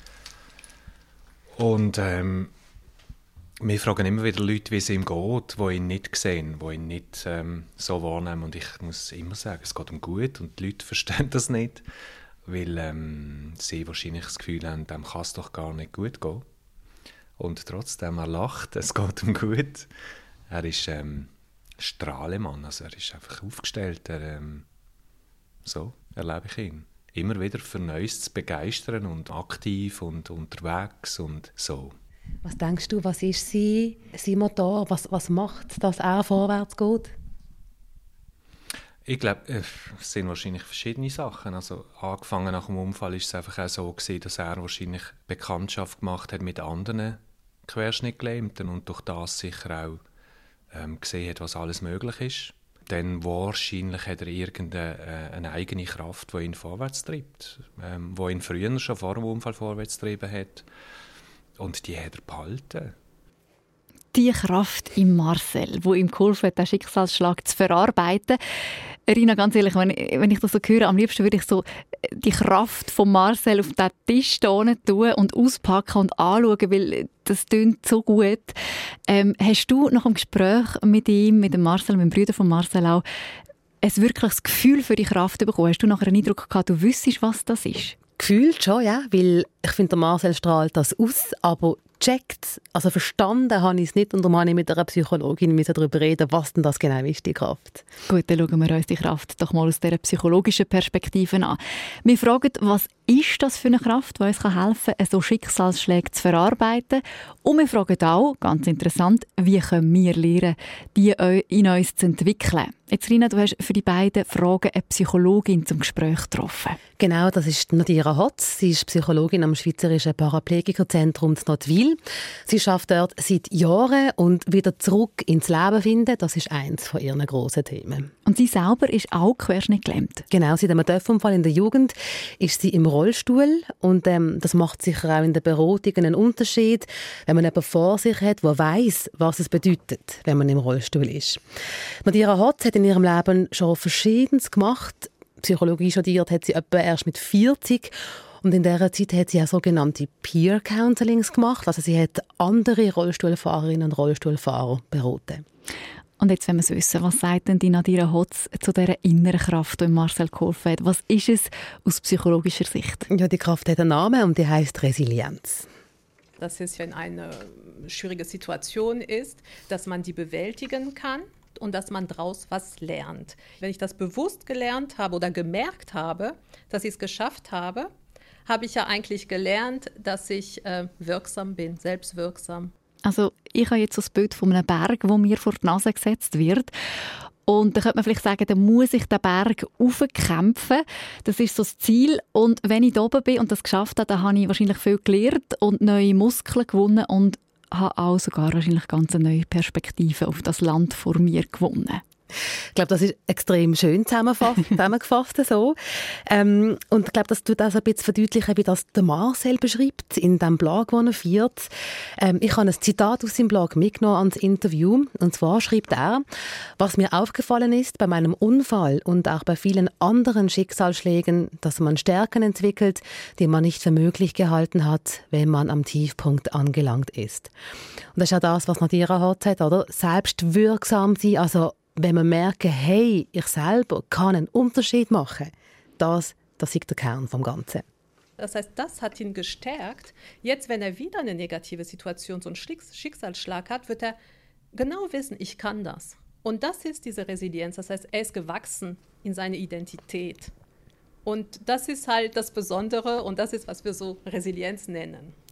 Und ähm, wir fragen immer wieder Leute, wie es ihm geht, die ihn nicht sehen, die ihn nicht ähm, so wahrnehmen. Und ich muss immer sagen, es geht ihm gut und die Leute verstehen das nicht, weil ähm, sie wahrscheinlich das Gefühl haben, dem kann es doch gar nicht gut gehen. Und trotzdem, er lacht, es geht ihm gut. Er ist ähm, Strahlemann, also er ist einfach aufgestellt. Er, ähm, so erlebe ich ihn. Immer wieder für Neues zu begeistern und aktiv und unterwegs und so. Was denkst du, was ist sein, sein Motor? Was, was macht, dass er vorwärts geht? Ich glaube, es sind wahrscheinlich verschiedene Sachen. Also, angefangen nach dem Unfall war es einfach auch so gewesen, dass er wahrscheinlich Bekanntschaft gemacht hat mit anderen Querschnittgelähmten und durch das sicher auch ähm, gesehen hat, was alles möglich ist. Dann wahrscheinlich hat er irgendeine äh, eine eigene Kraft, die ihn vorwärts treibt, ähm, die ihn früher schon vor dem Unfall vorwärts getrieben hat. Und die hat er behalten. Die Kraft im Marcel, die ihm geholfen hat, den Schicksalsschlag zu verarbeiten. Rina, ganz ehrlich, wenn ich, wenn ich das so höre, am liebsten würde ich so die Kraft von Marcel auf den Tisch tun und auspacken und anschauen, weil das tönt so gut. Ähm, hast du nach dem Gespräch mit ihm, mit dem Marcel, mit dem Bruder von Marcel auch, ein wirkliches Gefühl für die Kraft bekommen? Hast du nachher einen Eindruck gehabt, du wüsstest, was das ist? Gefühlt schon, ja, weil ich finde, der Marcel strahlt das aus, aber gecheckt, also verstanden habe ich es nicht und darum musste ich mit einer Psychologin darüber reden, was denn das genau ist, die Kraft. Gut, dann schauen wir uns die Kraft doch mal aus dieser psychologischen Perspektive an. Wir fragen, was ist das für eine Kraft, die uns helfen kann, so Schicksalsschläge zu verarbeiten? Und wir fragen auch, ganz interessant, wie können wir lernen, die in uns zu entwickeln? Jetzt, Rina, du hast für die beiden Fragen eine Psychologin zum Gespräch getroffen. Genau, das ist Nadira Hotz. Sie ist Psychologin am Schweizerischen Paraplegikerzentrum in Notwil. Sie arbeitet dort seit Jahren und wieder zurück ins Leben finden, das ist eines von ihren grossen Themen. Und sie selber ist auch querschnittgelähmt. Genau, seit einem Dörfunfall in der Jugend ist sie im Rollstuhl und ähm, das macht sicher auch in der Beratung einen Unterschied, wenn man jemanden vor sich hat, der weiss, was es bedeutet, wenn man im Rollstuhl ist. Nadira Hotz hat in ihrem Leben schon Verschiedenes gemacht. Psychologie studiert hat sie etwa erst mit vierzig. Und in dieser Zeit hat sie auch sogenannte Peer Counselings gemacht. Also sie hat andere Rollstuhlfahrerinnen und Rollstuhlfahrer beraten. Und jetzt wollen wir wissen, was sagt denn die Nadira Hotz zu dieser inneren Kraft, die Marcel geholfen hat? Was ist es aus psychologischer Sicht? Ja, die Kraft hat einen Namen und die heisst Resilienz. Das ist, wenn eine schwierige Situation ist, dass man die bewältigen kann und dass man daraus was lernt. Wenn ich das bewusst gelernt habe oder gemerkt habe, dass ich es geschafft habe, habe ich ja eigentlich gelernt, dass ich äh, wirksam bin, selbstwirksam. Also ich habe jetzt so das Bild von einem Berg, der mir vor die Nase gesetzt wird. Und dann könnte man vielleicht sagen, dann muss ich den Berg raufkämpfen. Das ist so das Ziel. Und wenn ich da oben bin und das geschafft habe, dann habe ich wahrscheinlich viel gelernt und neue Muskeln gewonnen und habe auch sogar wahrscheinlich ganz eine neue Perspektive auf das Land vor mir gewonnen. Ich glaube, das ist extrem schön zusammengefasst, zusammengefasst so. Ähm, und ich glaube, das tut auch ein bisschen verdeutlichen, wie das der Marcel beschreibt in dem Blog, den er führt. Ähm, ich habe ein Zitat aus seinem Blog mitgenommen ans Interview. Und zwar schreibt er: Was mir aufgefallen ist bei meinem Unfall und auch bei vielen anderen Schicksalsschlägen, dass man Stärken entwickelt, die man nicht für möglich gehalten hat, wenn man am Tiefpunkt angelangt ist. Und das ist auch das, was Nadira Hotz hat, oder? Selbstwirksam sein, also wenn wir merken, hey, ich selber kann einen Unterschied machen, das, das ist der Kern vom Ganzen. Das heißt, das hat ihn gestärkt. Jetzt, wenn er wieder eine negative Situation, so einen Schicksalsschlag hat, wird er genau wissen, ich kann das. Und das ist diese Resilienz. Das heißt, er ist gewachsen in seine Identität. Und das ist halt das Besondere und das ist, was wir so Resilienz nennen.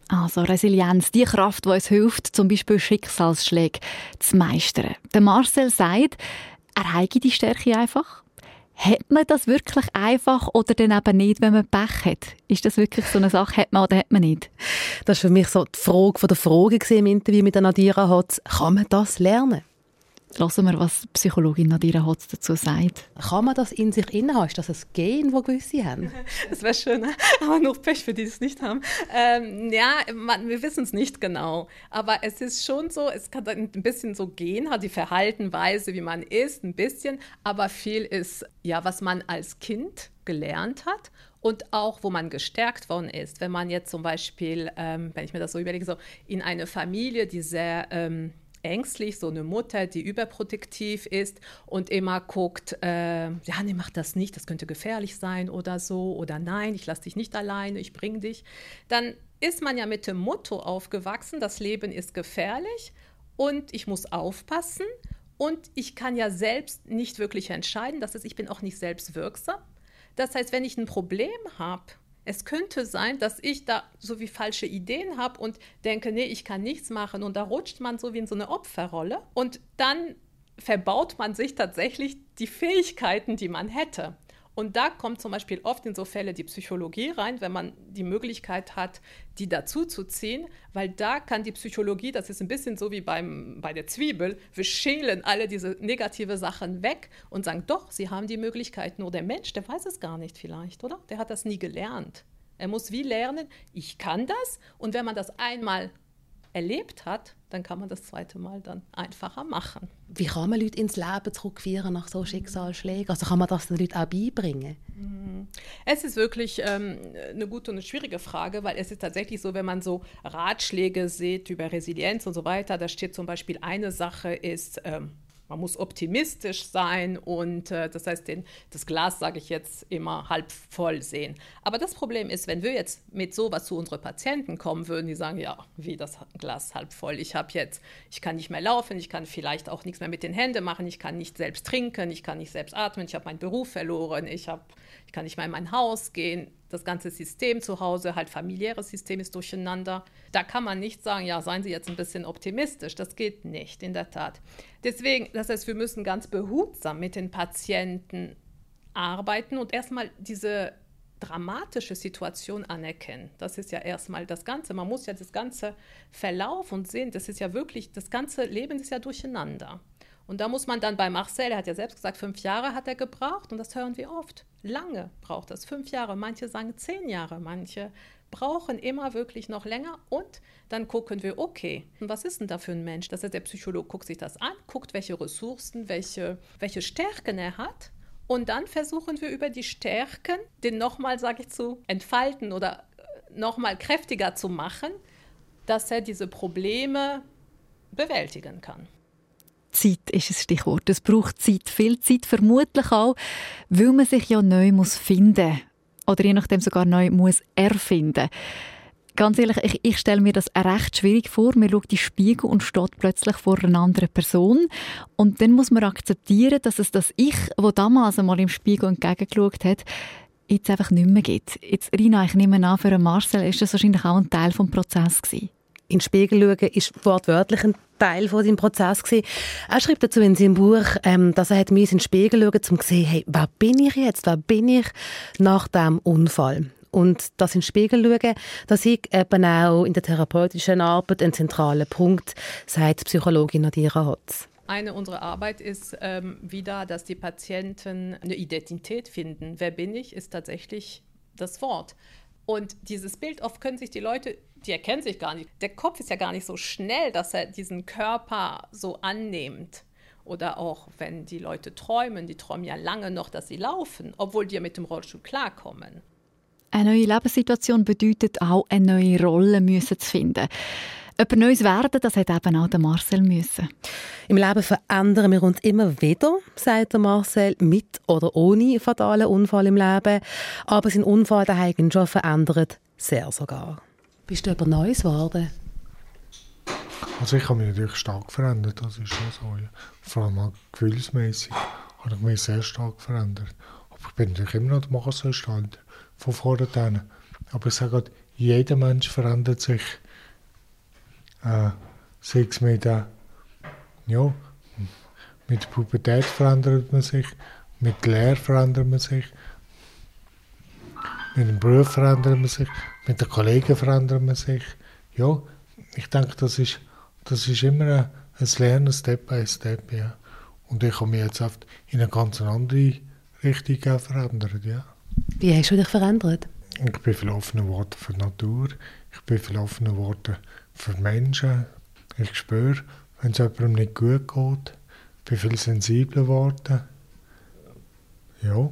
Also Resilienz, die Kraft, die uns hilft, zum Beispiel Schicksalsschläge zu meistern. Der Marcel sagt, er habe die Stärke einfach. Hat man das wirklich einfach oder dann eben nicht, wenn man Pech hat? Ist das wirklich so eine Sache, hat man oder hat man nicht? Das war für mich so die Frage von der Frage im Interview mit Nadira Hotz. Kann man das lernen? Hören wir, was Psychologin Nadira Hotz dazu sagt. Kann man das in sich innehaben? Ist das ein Gen, das gewisse haben? Das wäre schön, aber nur Pech für die, die es nicht haben. Ähm, ja, man, wir wissen es nicht genau. Aber es ist schon so, es kann ein bisschen so gehen, hat die Verhaltenweise, wie man ist, ein bisschen. Aber viel ist, ja, was man als Kind gelernt hat und auch, wo man gestärkt worden ist. Wenn man jetzt zum Beispiel, ähm, wenn ich mir das so überlege, so in eine Familie, die sehr Ähm, ängstlich, so eine Mutter, die überprotektiv ist und immer guckt, äh, ja, nee, mach das nicht, das könnte gefährlich sein oder so, oder nein, ich lasse dich nicht alleine, ich bringe dich, dann ist man ja mit dem Motto aufgewachsen, das Leben ist gefährlich und ich muss aufpassen und ich kann ja selbst nicht wirklich entscheiden, das heißt, ich bin auch nicht selbstwirksam. Das heißt, wenn ich ein Problem habe, es könnte sein, dass ich da so wie falsche Ideen habe und denke, nee, ich kann nichts machen. Und da rutscht man so wie in so eine Opferrolle. Und dann verbaut man sich tatsächlich die Fähigkeiten, die man hätte. Und da kommt zum Beispiel oft in so Fälle die Psychologie rein, wenn man die Möglichkeit hat, die dazu zu ziehen, weil da kann die Psychologie, das ist ein bisschen so wie beim, bei der Zwiebel, wir schälen alle diese negative Sachen weg und sagen, doch, sie haben die Möglichkeit. Nur der Mensch, der weiß es gar nicht vielleicht, oder? Der hat das nie gelernt. Er muss wie lernen, ich kann das und wenn man das einmal erlebt hat, dann kann man das zweite Mal dann einfacher machen. Wie kann man Leute ins Leben zurückführen nach so Schicksalsschlägen? Also kann man das den Leuten auch beibringen? Es ist wirklich ähm, eine gute und eine schwierige Frage, weil es ist tatsächlich so, wenn man so Ratschläge sieht über Resilienz und so weiter, da steht zum Beispiel, eine Sache ist, ähm, man muss optimistisch sein und äh, das heißt, den, das Glas, sage ich jetzt, immer halb voll sehen. Aber das Problem ist, wenn wir jetzt mit sowas zu unseren Patienten kommen würden, die sagen, ja, wie das Glas halb voll, ich habe jetzt, ich kann nicht mehr laufen, ich kann vielleicht auch nichts mehr mit den Händen machen, ich kann nicht selbst trinken, ich kann nicht selbst atmen, ich habe meinen Beruf verloren, ich, hab, ich kann nicht mehr in mein Haus gehen. Das ganze System zu Hause, halt familiäres System ist durcheinander. Da kann man nicht sagen, ja, seien Sie jetzt ein bisschen optimistisch. Das geht nicht, in der Tat. Deswegen, das heißt, wir müssen ganz behutsam mit den Patienten arbeiten und erstmal diese dramatische Situation anerkennen. Das ist ja erstmal das Ganze. Man muss ja das ganze Verlauf und sehen, das ist ja wirklich, das ganze Leben ist ja durcheinander. Und da muss man dann bei Marcel, er hat ja selbst gesagt, fünf Jahre hat er gebraucht und das hören wir oft. Lange braucht das, fünf Jahre, manche sagen zehn Jahre, manche brauchen immer wirklich noch länger und dann gucken wir, okay, was ist denn da für ein Mensch? Das heißt, der Psychologe guckt sich das an, guckt, welche Ressourcen, welche, welche Stärken er hat und dann versuchen wir über die Stärken, den nochmal, sage ich, zu entfalten oder nochmal kräftiger zu machen, dass er diese Probleme bewältigen kann. Zeit ist ein Stichwort. Es braucht Zeit, viel Zeit, vermutlich auch, weil man sich ja neu muss finden oder je nachdem sogar neu muss erfinden. Ganz ehrlich, ich, ich stelle mir das recht schwierig vor. Man schaut in den Spiegel und steht plötzlich vor einer anderen Person. Und dann muss man akzeptieren, dass es das Ich, das damals einmal im Spiegel entgegengeschaut hat, jetzt einfach nicht mehr gibt. Jetzt, Rina, ich nehme an, für Marcel ist das wahrscheinlich auch ein Teil des Prozesses gewesen. In den Spiegel schauen ist wortwörtlich ein Teil von seinem Prozess gewesen. Er schreibt dazu in seinem Buch, ähm, dass er in den Spiegel schauen musste, um zu sehen, hey, wer bin ich jetzt? Wer bin ich nach diesem Unfall? Und das in den Spiegel schauen, das ist eben auch in der therapeutischen Arbeit ein zentraler Punkt, sagt Psychologin Nadira Hotz. Eine unserer Arbeit ist ähm, wieder, dass die Patienten eine Identität finden. Wer bin ich, ist tatsächlich das Wort. Und dieses Bild, oft können sich die Leute, die erkennen sich gar nicht. Der Kopf ist ja gar nicht so schnell, dass er diesen Körper so annimmt. Oder auch, wenn die Leute träumen, die träumen ja lange noch, dass sie laufen, obwohl die ja mit dem Rollstuhl klarkommen. Eine neue Lebenssituation bedeutet auch, eine neue Rolle müssen zu finden. Etwas Neues werden, das hat eben auch der Marcel müssen. Im Leben verändern wir uns immer wieder, sagt der Marcel, mit oder ohne fatalen Unfall im Leben. Aber sein Unfall hat ihn schon verändert, sehr sogar. Bist du etwas Neues geworden? Also ich habe mich natürlich stark verändert, das ist schon so. Ja. Vor allem auch gefühlsmässig habe ich mich sehr stark verändert. Aber ich bin natürlich immer noch der Marcel Stalder von vorher. Aber ich sage halt, jeder Mensch verändert sich Äh, sei es mit der, ja, mit der Pubertät verändert man sich, mit der Lehre verändert man sich, mit dem Beruf verändert man sich, mit den Kollegen verändert man sich. Ja, ich denke, das ist, das ist immer ein, ein Lernen, Step by Step. Ja. Und ich habe mich jetzt oft in eine ganz andere Richtung verändert. Ja. Wie hast du dich verändert? Ich bin viel offener geworden für die Natur, ich bin viel offener geworden für Menschen. Ich spüre, wenn es jemandem nicht gut geht. Ich bin viel sensibler geworden. Ja.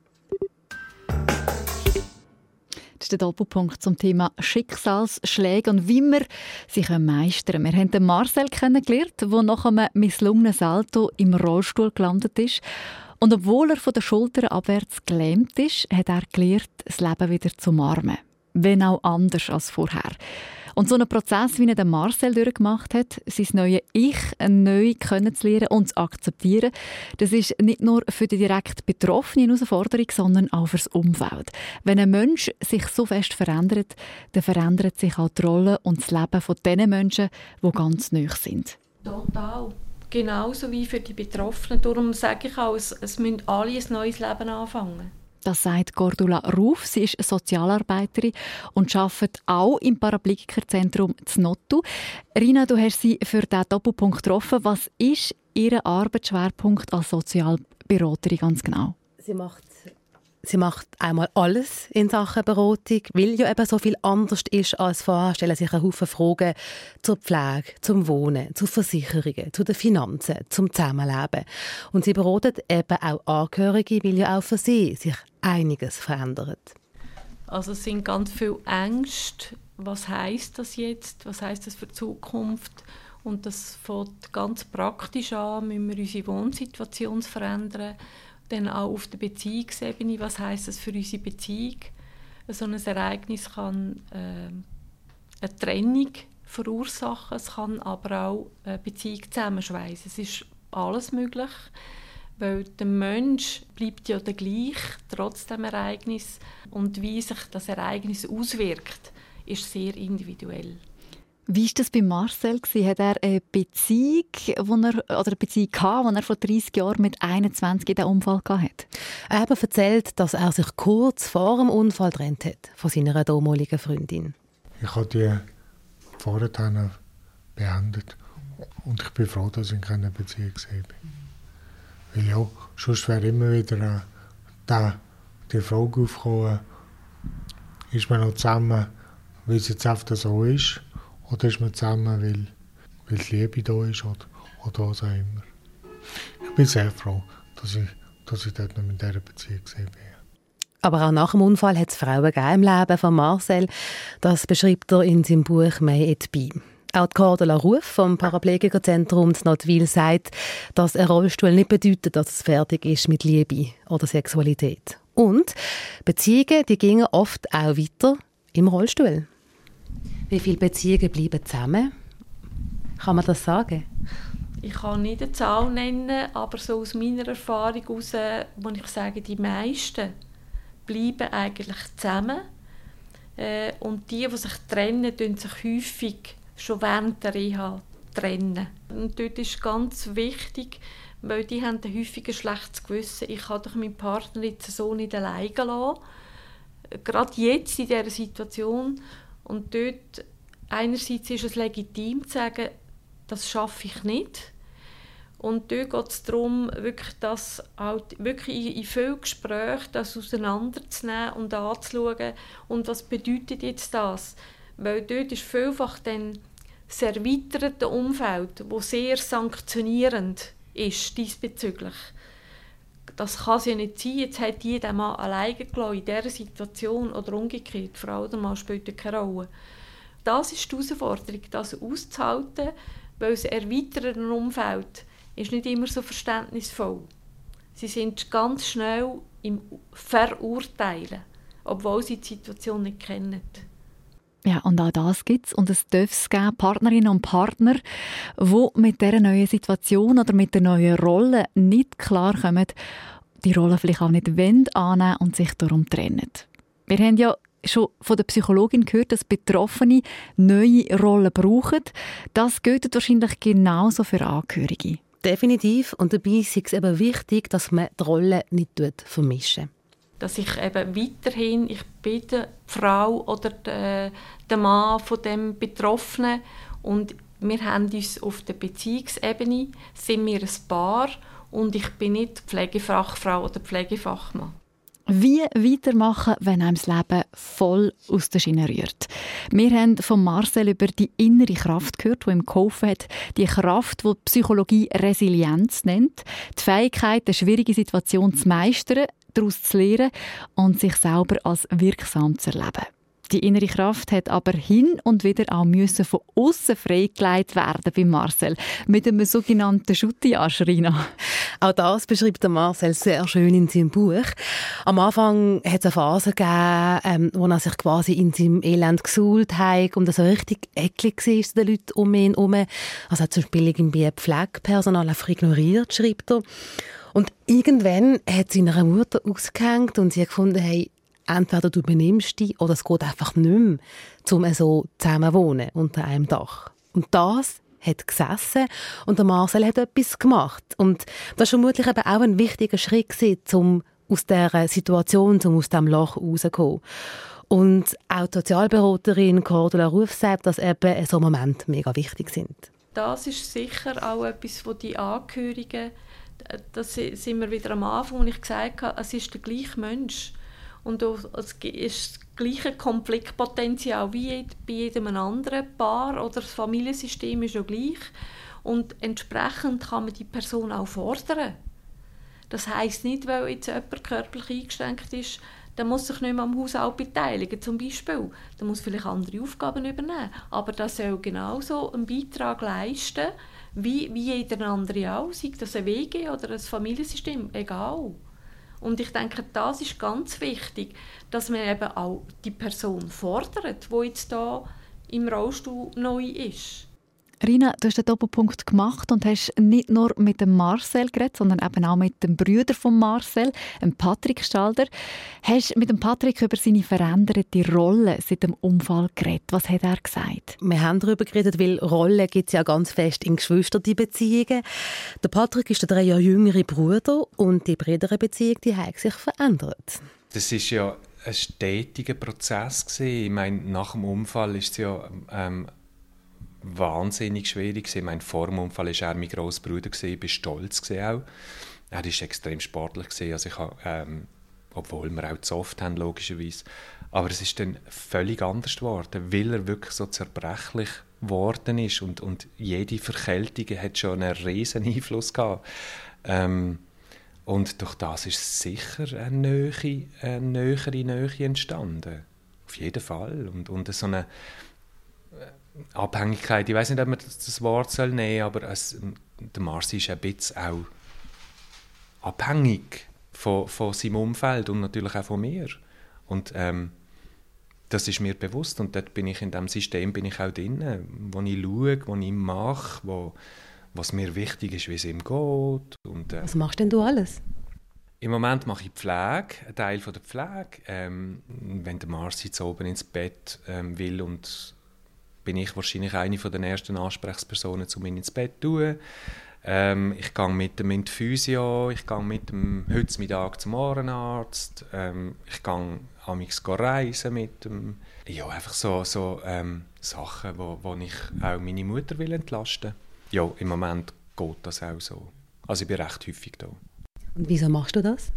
Das ist der Doppelpunkt zum Thema Schicksalsschläge und wie wir sie meistern können. Wir haben den Marcel kennengelernt, der nach einem misslungenen Salto im Rollstuhl gelandet ist. Und obwohl er von den Schultern abwärts gelähmt ist, hat er gelernt, das Leben wieder zu umarmen. Wenn auch anders als vorher. Und so einen Prozess, wie er den Marcel durchgemacht hat, sein neues Ich neu kennenzulernen und zu akzeptieren, das ist nicht nur für die direkt Betroffene eine Herausforderung, sondern auch für das Umfeld. Wenn ein Mensch sich so fest verändert, dann verändert sich auch die Rolle und das Leben von den Menschen, die ganz nahe sind. Total. Genauso wie für die Betroffenen. Darum sage ich auch, es, es müssen alle ein neues Leben anfangen. Das sagt Cordula Ruf. Sie ist Sozialarbeiterin und arbeitet auch im Paraplegikerzentrum Znottu. Rina, du hast sie für diesen Doppelpunkt getroffen. Was ist Ihr Arbeitsschwerpunkt als Sozialberaterin ganz genau? Sie macht Sie macht einmal alles in Sachen Beratung, weil ja eben so viel anders ist als vorher. Stellen sich einen Haufen Fragen zur Pflege, zum Wohnen, zu Versicherungen, zu den Finanzen, zum Zusammenleben. Und sie beratet eben auch Angehörige, weil ja auch für sie sich einiges verändert. Also es sind ganz viele Ängste. Was heisst das jetzt? Was heisst das für die Zukunft? Und das fängt ganz praktisch an, müssen wir unsere Wohnsituation verändern. Dann auch auf der Beziehungsebene, was heisst das für unsere Beziehung? So ein Ereignis kann äh, eine Trennung verursachen, es kann aber auch eine Beziehung zusammenschweissen. Es ist alles möglich, weil der Mensch bleibt ja der gleich, trotz dem Ereignis. Und wie sich das Ereignis auswirkt, ist sehr individuell. Wie war das bei Marcel? Hat er eine Beziehung, wo er, oder eine Beziehung gehabt, die er vor dreissig Jahren mit einundzwanzig in den Unfall hatte? Er hat erzählt, dass er sich kurz vor dem Unfall getrennt hat von seiner damaligen Freundin. Ich habe die vorher beendet und ich bin froh, dass ich in keiner Beziehung war. Weil ja, sonst wäre immer wieder äh, da, die Frage aufgekommen, ist man noch zusammen, weil es jetzt einfach so ist? Oder ist man zusammen, weil, weil die Liebe da ist oder, oder was auch immer. Ich bin sehr froh, dass ich, dass ich dort noch mit dieser Beziehung bin. Aber auch nach dem Unfall hat es Frauen gegeben im Leben von Marcel. Das beschreibt er in seinem Buch «May it be». Auch die Cordula Ruf vom Paraplegikerzentrum Znotwil sagt, dass ein Rollstuhl nicht bedeutet, dass es fertig ist mit Liebe oder Sexualität. Und Beziehungen, die gingen oft auch weiter im Rollstuhl. Wie viele Beziehungen bleiben zusammen? Kann man das sagen? Ich kann nicht eine Zahl nennen, aber so aus meiner Erfahrung heraus, muss ich sagen, die meisten bleiben eigentlich zusammen. Äh, und die, die sich trennen, trennen sich häufig schon während der Reha trennen. Und dort ist ganz wichtig, weil die haben häufig ein schlechtes Gewissen. Ich kann doch meinen Partner jetzt so nicht alleine lassen. Gerade jetzt in dieser Situation. Und dort einerseits ist es legitim zu sagen, das schaffe ich nicht. Und dort geht es darum, wirklich, das halt wirklich in, in vielen Gesprächen das auseinanderzunehmen und anzuschauen. Und was bedeutet jetzt das? Weil dort ist vielfach dann das erweiterte Umfeld, das sehr sanktionierend ist diesbezüglich. Das kann es ja nicht sein, jetzt hat die den Mann alleine gelassen in dieser Situation oder umgekehrt. Die Frau oder Mann spielt keine Rolle. Das ist die Herausforderung, das auszuhalten, weil das erweiterte Umfeld ist nicht immer so verständnisvoll. Sie sind ganz schnell im Verurteilen, obwohl sie die Situation nicht kennen. Ja, und auch das gibt es. Und es darf es geben, Partnerinnen und Partner, die mit dieser neuen Situation oder mit der neuen Rolle nicht klarkommen, die Rolle vielleicht auch nicht annehmen und sich darum trennen. Wir haben ja schon von der Psychologin gehört, dass Betroffene neue Rollen brauchen. Das gilt wahrscheinlich genauso für Angehörige. Definitiv. Und dabei ist es eben wichtig, dass man die Rollen nicht vermischen. Dass ich eben weiterhin, ich bin die Frau oder der, der Mann von dem Betroffenen und wir haben uns auf der Beziehungsebene, sind wir ein Paar und ich bin nicht Pflegefachfrau oder Pflegefachmann. Wie weitermachen, wenn einem das Leben voll aus der Schiene rührt? Wir haben von Marcel über die innere Kraft gehört, die ihm geholfen hat. Die Kraft, die die Psychologie Resilienz nennt. Die Fähigkeit, eine schwierige Situation zu meistern, daraus zu lernen und sich selber als wirksam zu erleben. Die innere Kraft hat aber hin und wieder auch müssen von außen freigelegt werden bei Marcel mit einem sogenannten Schutti-Aschrina. Auch das beschreibt der Marcel sehr schön in seinem Buch. Am Anfang hat es eine Phase gegeben, ähm, wo er sich quasi in seinem Elend gesuhlt hat und so richtig eklig war zu den Leuten um ihn herum. Also hat zum Beispiel irgendwie Pflegepersonal einfach ignoriert, schreibt er. Und irgendwann hat sie seiner Mutter ausgehängt und sie hat gefunden, hey, entweder du benimmst dich oder es geht einfach nicht mehr, um so zusammen wohnen unter einem Dach. Und das hat gesessen und der Marcel hat etwas gemacht. Und das war vermutlich eben auch ein wichtiger Schritt gewesen, um aus dieser Situation, um aus diesem Loch rauszukommen. Und auch die Sozialberaterin Cordula Ruf sagt, dass eben so Momente mega wichtig sind. Das ist sicher auch etwas, wo die Angehörigen, das sind wir wieder am Anfang, wo ich gesagt habe, es ist der gleiche Mensch. Und es ist das gleiche Konfliktpotenzial wie bei jedem anderen Paar oder das Familiensystem ist ja gleich. Und entsprechend kann man die Person auch fordern. Das heisst nicht, weil jetzt jemand körperlich eingeschränkt ist, der muss sich nicht mehr am Haushalt beteiligen, zum Beispiel. Der muss vielleicht andere Aufgaben übernehmen. Aber der soll genauso einen Beitrag leisten, wie, wie jeder andere auch, sei das ein W G oder ein Familiensystem, egal. Und ich denke, das ist ganz wichtig, dass man eben auch die Person fordert, die jetzt da im Rollstuhl neu ist. Rina, du hast den Doppelpunkt gemacht und hast nicht nur mit dem Marcel geredet, sondern eben auch mit dem Bruder von Marcel, dem Patrick Stalder. Hast mit dem Patrick über seine veränderte Rolle seit dem Unfall geredet. Was hat er gesagt? Wir haben darüber geredet, weil Rollen gibt es ja ganz fest in Geschwisterbeziehungen. Der Patrick ist der drei Jahre jüngere Bruder und die Brüderbeziehung, die hat sich verändert. Das ist ja ein stetiger Prozess gewesen. Ich meine, nach dem Unfall ist es ja ähm, wahnsinnig schwierig gewesen. Mein vor dem Unfall war er mein grosser Bruder gewesen. Ich war stolz gewesen auch. Er war extrem sportlich gewesen. Also ich habe, ähm, obwohl wir auch zu oft haben, logischerweise. Aber es ist dann völlig anders geworden, weil er wirklich so zerbrechlich geworden ist und, und jede Verkältung hat schon einen riesen Einfluss gehabt. Ähm, und durch das ist sicher eine, Nähe, eine nähere Nähe entstanden. Auf jeden Fall. Und, und so eine Abhängigkeit, ich weiß nicht, ob man das, das Wort soll nehmen, aber es, der Marci ist ein bisschen auch abhängig von, von seinem Umfeld und natürlich auch von mir. Und ähm, das ist mir bewusst und dort bin ich in diesem System bin ich auch drin, wo ich schaue, wo ich mache, wo, was mir wichtig ist, wie es ihm geht. Und, äh, was machst denn du alles? Im Moment mache ich Pflege, einen Teil von der Pflege. Ähm, wenn der Marci jetzt oben ins Bett ähm, will und bin ich wahrscheinlich eine von den ersten Ansprechpersonen, um ihn ins Bett zu tun. Ähm, ich gehe mit ihm in die Physio, ich gehe mit ihm heute Mittag zum Ohrenarzt, ähm, ich gehe amigs reisen mit ihm. Ja, einfach so, so ähm, Sachen, wo, wo ich auch meine Mutter will entlasten will. Ja, im Moment geht das auch so. Also ich bin recht häufig da. Und wieso machst du das?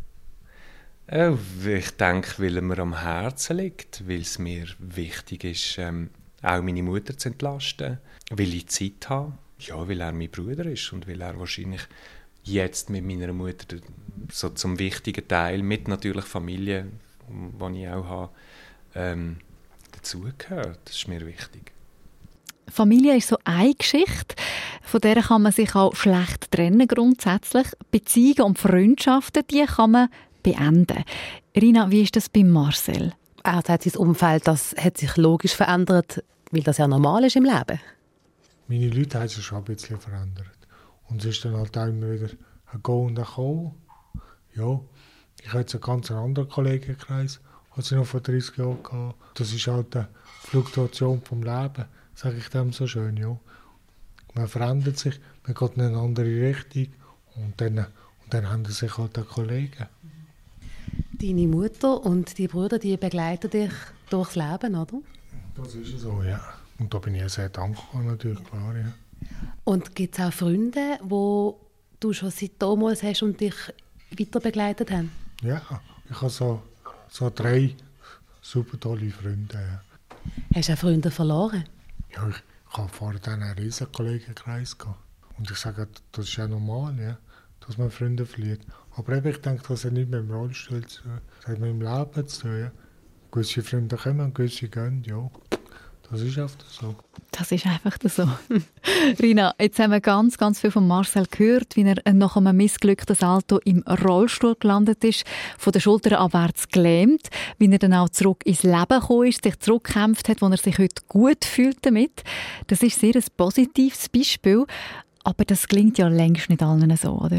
Äh, ich denke, weil er mir am Herzen liegt, weil es mir wichtig ist, ähm, auch meine Mutter zu entlasten, weil ich Zeit habe, ja, weil er mein Bruder ist und weil er wahrscheinlich jetzt mit meiner Mutter so zum wichtigen Teil, mit natürlich Familie, die ich auch habe, ähm, dazugehört. Das ist mir wichtig. Familie ist so eine Geschichte, von der kann man sich auch schlecht trennen grundsätzlich. Beziehungen und Freundschaften, die kann man beenden. Rina, wie ist das bei Marcel? Er sagt, sein Umfeld das hat sich logisch verändert, weil das ja normal ist im Leben. Meine Leute haben sich schon ein bisschen verändert. Und es ist dann halt auch immer wieder ein Go und ein Kommen. Ja, ich habe jetzt einen ganz anderen Kollegenkreis als ich noch vor dreißig Jahren hatte. Das ist halt eine Fluktuation vom Leben, sage ich dem so schön. Ja. Man verändert sich, man geht in eine andere Richtung und dann, und dann haben sich halt auch Kollegen. Deine Mutter und die Brüder, die begleiten dich durchs Leben, oder? Das ist so, ja. Und da bin ich sehr dankbar, natürlich, klar, ja. Und gibt es auch Freunde, die du schon seit damals hast und dich weiter begleitet haben? Ja, ich habe so, so drei super tolle Freunde. Ja. Hast du auch Freunde verloren? Ja, ich, ich habe vorher einen riesen Kollegenkreis gehabt. Und ich sage, das ist ja normal, ja, dass man Freunde verliert. Aber eben, ich denke, das hat nichts mit dem Rollstuhl zu tun. Das hat mit dem Leben zu tun. Ja. Gewisse Freunde kommen und gewisse gehen, ja. Das ist einfach so. Das ist einfach so. Rina, jetzt haben wir ganz, ganz viel von Marcel gehört, wie er nach einem missglückten Salto im Rollstuhl gelandet ist, von den Schultern abwärts gelähmt, wie er dann auch zurück ins Leben gekommen ist, sich zurückgekämpft hat, wo er sich heute gut fühlt damit. Das ist sehr ein positives Beispiel, aber das klingt ja längst nicht allen so, oder?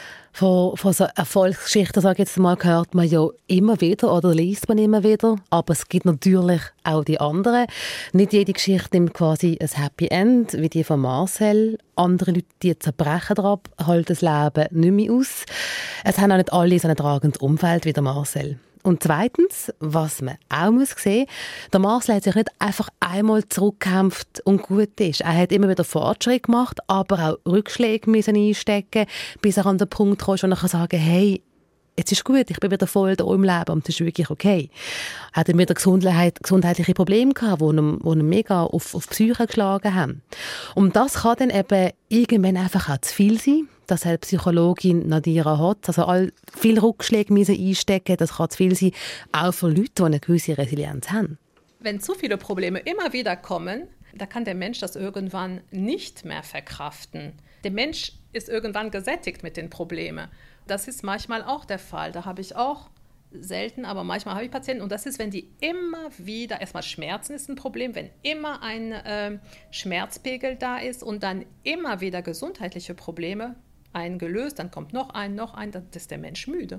Von, von so Erfolgsgeschichten, sage ich jetzt mal, hört man ja immer wieder oder liest man immer wieder. Aber es gibt natürlich auch die anderen. Nicht jede Geschichte nimmt quasi ein Happy End, wie die von Marcel. Andere Leute, die zerbrechen daran, halten das Leben nicht mehr aus. Es haben auch nicht alle so ein tragendes Umfeld wie der Marcel. Und zweitens, was man auch muss sehen, der Marcel hat sich nicht einfach einmal zurückgekämpft und gut ist. Er hat immer wieder Fortschritt gemacht, aber auch Rückschläge müssen einstecken, bis er an den Punkt kommt, wo er sagen kann, hey, jetzt ist gut, ich bin wieder voll da im Leben und das ist wirklich okay. Er hat wieder Gesundheit, gesundheitliche Probleme gehabt, die ihn, die ihn mega auf, auf die Psyche geschlagen haben. Und das kann dann eben irgendwann einfach auch zu viel sein. Das hat Psychologin Nadira Hotz. Also all, viele Rückschläge müssen einstecken, das kann zu viel sein, auch für Leute, die eine gewisse Resilienz haben. Wenn zu viele Probleme immer wieder kommen, da kann der Mensch das irgendwann nicht mehr verkraften. Der Mensch ist irgendwann gesättigt mit den Problemen. Das ist manchmal auch der Fall. Da habe ich auch selten, aber manchmal habe ich Patienten. Und das ist, wenn die immer wieder, erstmal Schmerzen ist ein Problem, wenn immer ein äh, Schmerzpegel da ist und dann immer wieder gesundheitliche Probleme eingelöst, dann kommt noch ein, noch ein, dann ist der Mensch müde.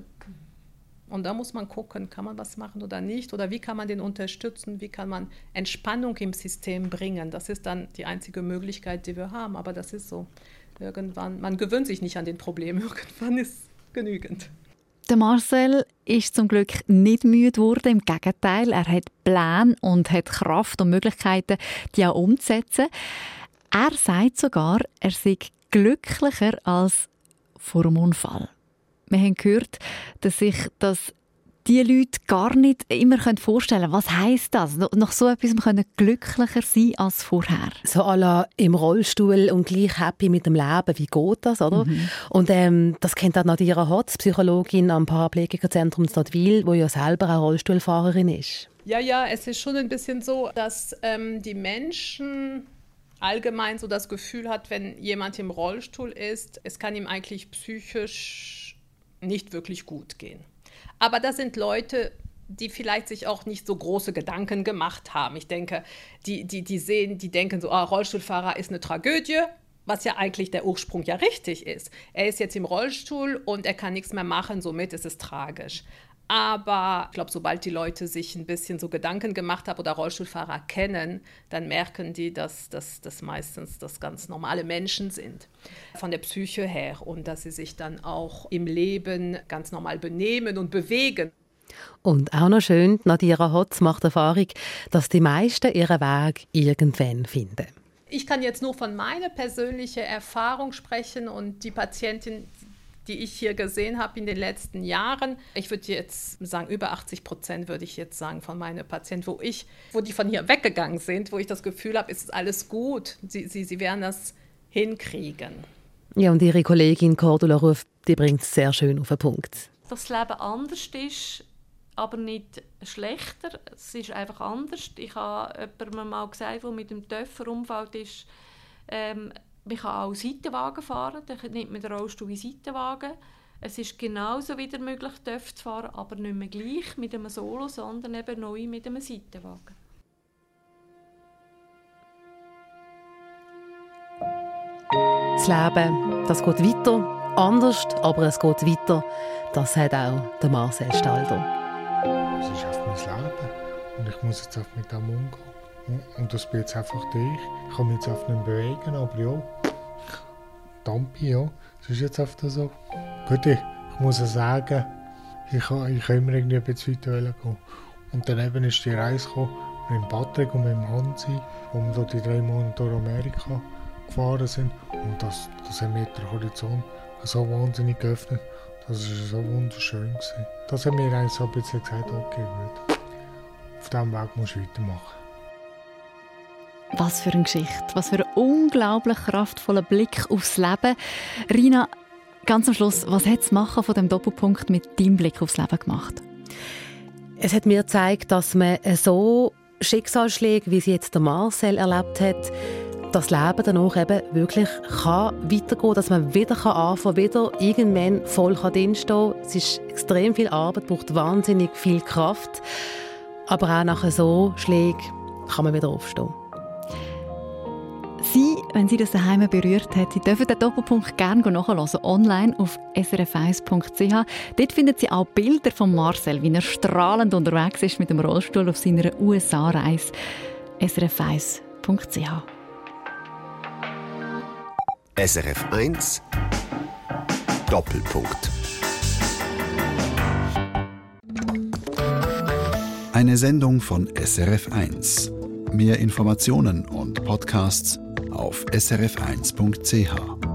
Und da muss man gucken, kann man was machen oder nicht? Oder wie kann man den unterstützen? Wie kann man Entspannung im System bringen? Das ist dann die einzige Möglichkeit, die wir haben. Aber das ist so. Irgendwann, man gewöhnt sich nicht an den Problemen. Irgendwann ist genügend. Der Marcel ist zum Glück nicht müde geworden. Im Gegenteil, er hat Pläne und hat Kraft und Möglichkeiten, die auch umzusetzen. Er sagt sogar, er sei glücklicher als vor dem Unfall. Wir haben gehört, dass sich das die Leute gar nicht immer vorstellen können. Was heisst das? Nach so etwas können glücklicher sein als vorher. So à la im Rollstuhl und gleich happy mit dem Leben. Wie geht das, oder? Mhm. Und ähm, das kennt auch Nadira Hotz, Psychologin am Paraplegikerzentrum in Stadtwil, die ja selber auch Rollstuhlfahrerin ist. Ja, ja, es ist schon ein bisschen so, dass ähm, die Menschen allgemein so das Gefühl hat, wenn jemand im Rollstuhl ist, es kann ihm eigentlich psychisch nicht wirklich gut gehen. Aber das sind Leute, die vielleicht sich auch nicht so große Gedanken gemacht haben. Ich denke, die, die, die sehen, die denken so, ah, Rollstuhlfahrer ist eine Tragödie, was ja eigentlich der Ursprung ja richtig ist. Er ist jetzt im Rollstuhl und er kann nichts mehr machen, somit ist es tragisch. Aber ich glaube, sobald die Leute sich ein bisschen so Gedanken gemacht haben oder Rollstuhlfahrer kennen, dann merken die, dass das meistens das ganz normale Menschen sind, von der Psyche her. Und dass sie sich dann auch im Leben ganz normal benehmen und bewegen. Und auch noch schön, Nadira Hotz macht Erfahrung, dass die meisten ihren Weg irgendwann finden. Ich kann jetzt nur von meiner persönlichen Erfahrung sprechen und die Patientin, die ich hier gesehen habe in den letzten Jahren. Ich würde jetzt sagen, über achtzig Prozent würde ich jetzt sagen von meinen Patienten, wo ich, wo die von hier weggegangen sind, wo ich das Gefühl habe, ist alles gut. Sie, sie, sie werden das hinkriegen. Ja, und Ihre Kollegin Cordula Ruf, die bringt es sehr schön auf den Punkt. Dass das Leben anders ist, aber nicht schlechter. Es ist einfach anders. Ich habe jemandem mal gesagt, der mit dem Töpfer umfällt ist, ähm, man kann auch Seitenwagen fahren, dann nimmt man den Rollstuhl wie Seitenwagen. Es ist genauso wieder möglich, Töpfe zu fahren, aber nicht mehr gleich mit einem Solo, sondern eben neu mit einem Seitenwagen. Das Leben, das geht weiter, anders, aber es geht weiter. Das hat auch der Marcel Stalder. es ist einfach mein Leben. Und ich muss jetzt einfach mit dem umgehen. Und das bin jetzt einfach ich. Ich kann mich jetzt einfach nicht bewegen, aber ja, Dampi, ja, es ist jetzt einfach so. Gut, ich, ich muss ja sagen, ich kann, ich kann immer irgendwie ein bisschen weiter gehen. Und dann eben ist die Reise gekommen, mit Patrick und mit Hansi, wo wir dort die drei Monate durch Amerika gefahren sind. Und das, das hat mir den Horizont so wahnsinnig geöffnet. Das war so wunderschön gewesen. Das hat mir eigentlich so ein bisschen gesagt, okay, gut, auf diesem Weg musst du weitermachen. Was für eine Geschichte, was für ein unglaublich kraftvoller Blick aufs Leben. Rina, ganz am Schluss, was hat das Machen von dem Doppelpunkt mit deinem Blick aufs Leben gemacht? Es hat mir gezeigt, dass man so Schicksalsschläge, wie sie jetzt der Marcel erlebt hat, das Leben danach eben wirklich kann weitergehen kann, dass man wieder anfangen kann, wieder irgendwann voll drinstehen kann. Es ist extrem viel Arbeit, braucht wahnsinnig viel Kraft. Aber auch nach so Schlägen kann man wieder aufstehen. Sie, wenn Sie das daheim berührt hat, Sie dürfen den Doppelpunkt gerne nachhören, online auf s r f eins punkt c h. Dort finden Sie auch Bilder von Marcel, wie er strahlend unterwegs ist mit dem Rollstuhl auf seiner U S A-Reise. s r f eins punkt c h. S R F eins Doppelpunkt. Eine Sendung von S R F eins. Mehr Informationen und Podcasts auf s r f eins punkt c h.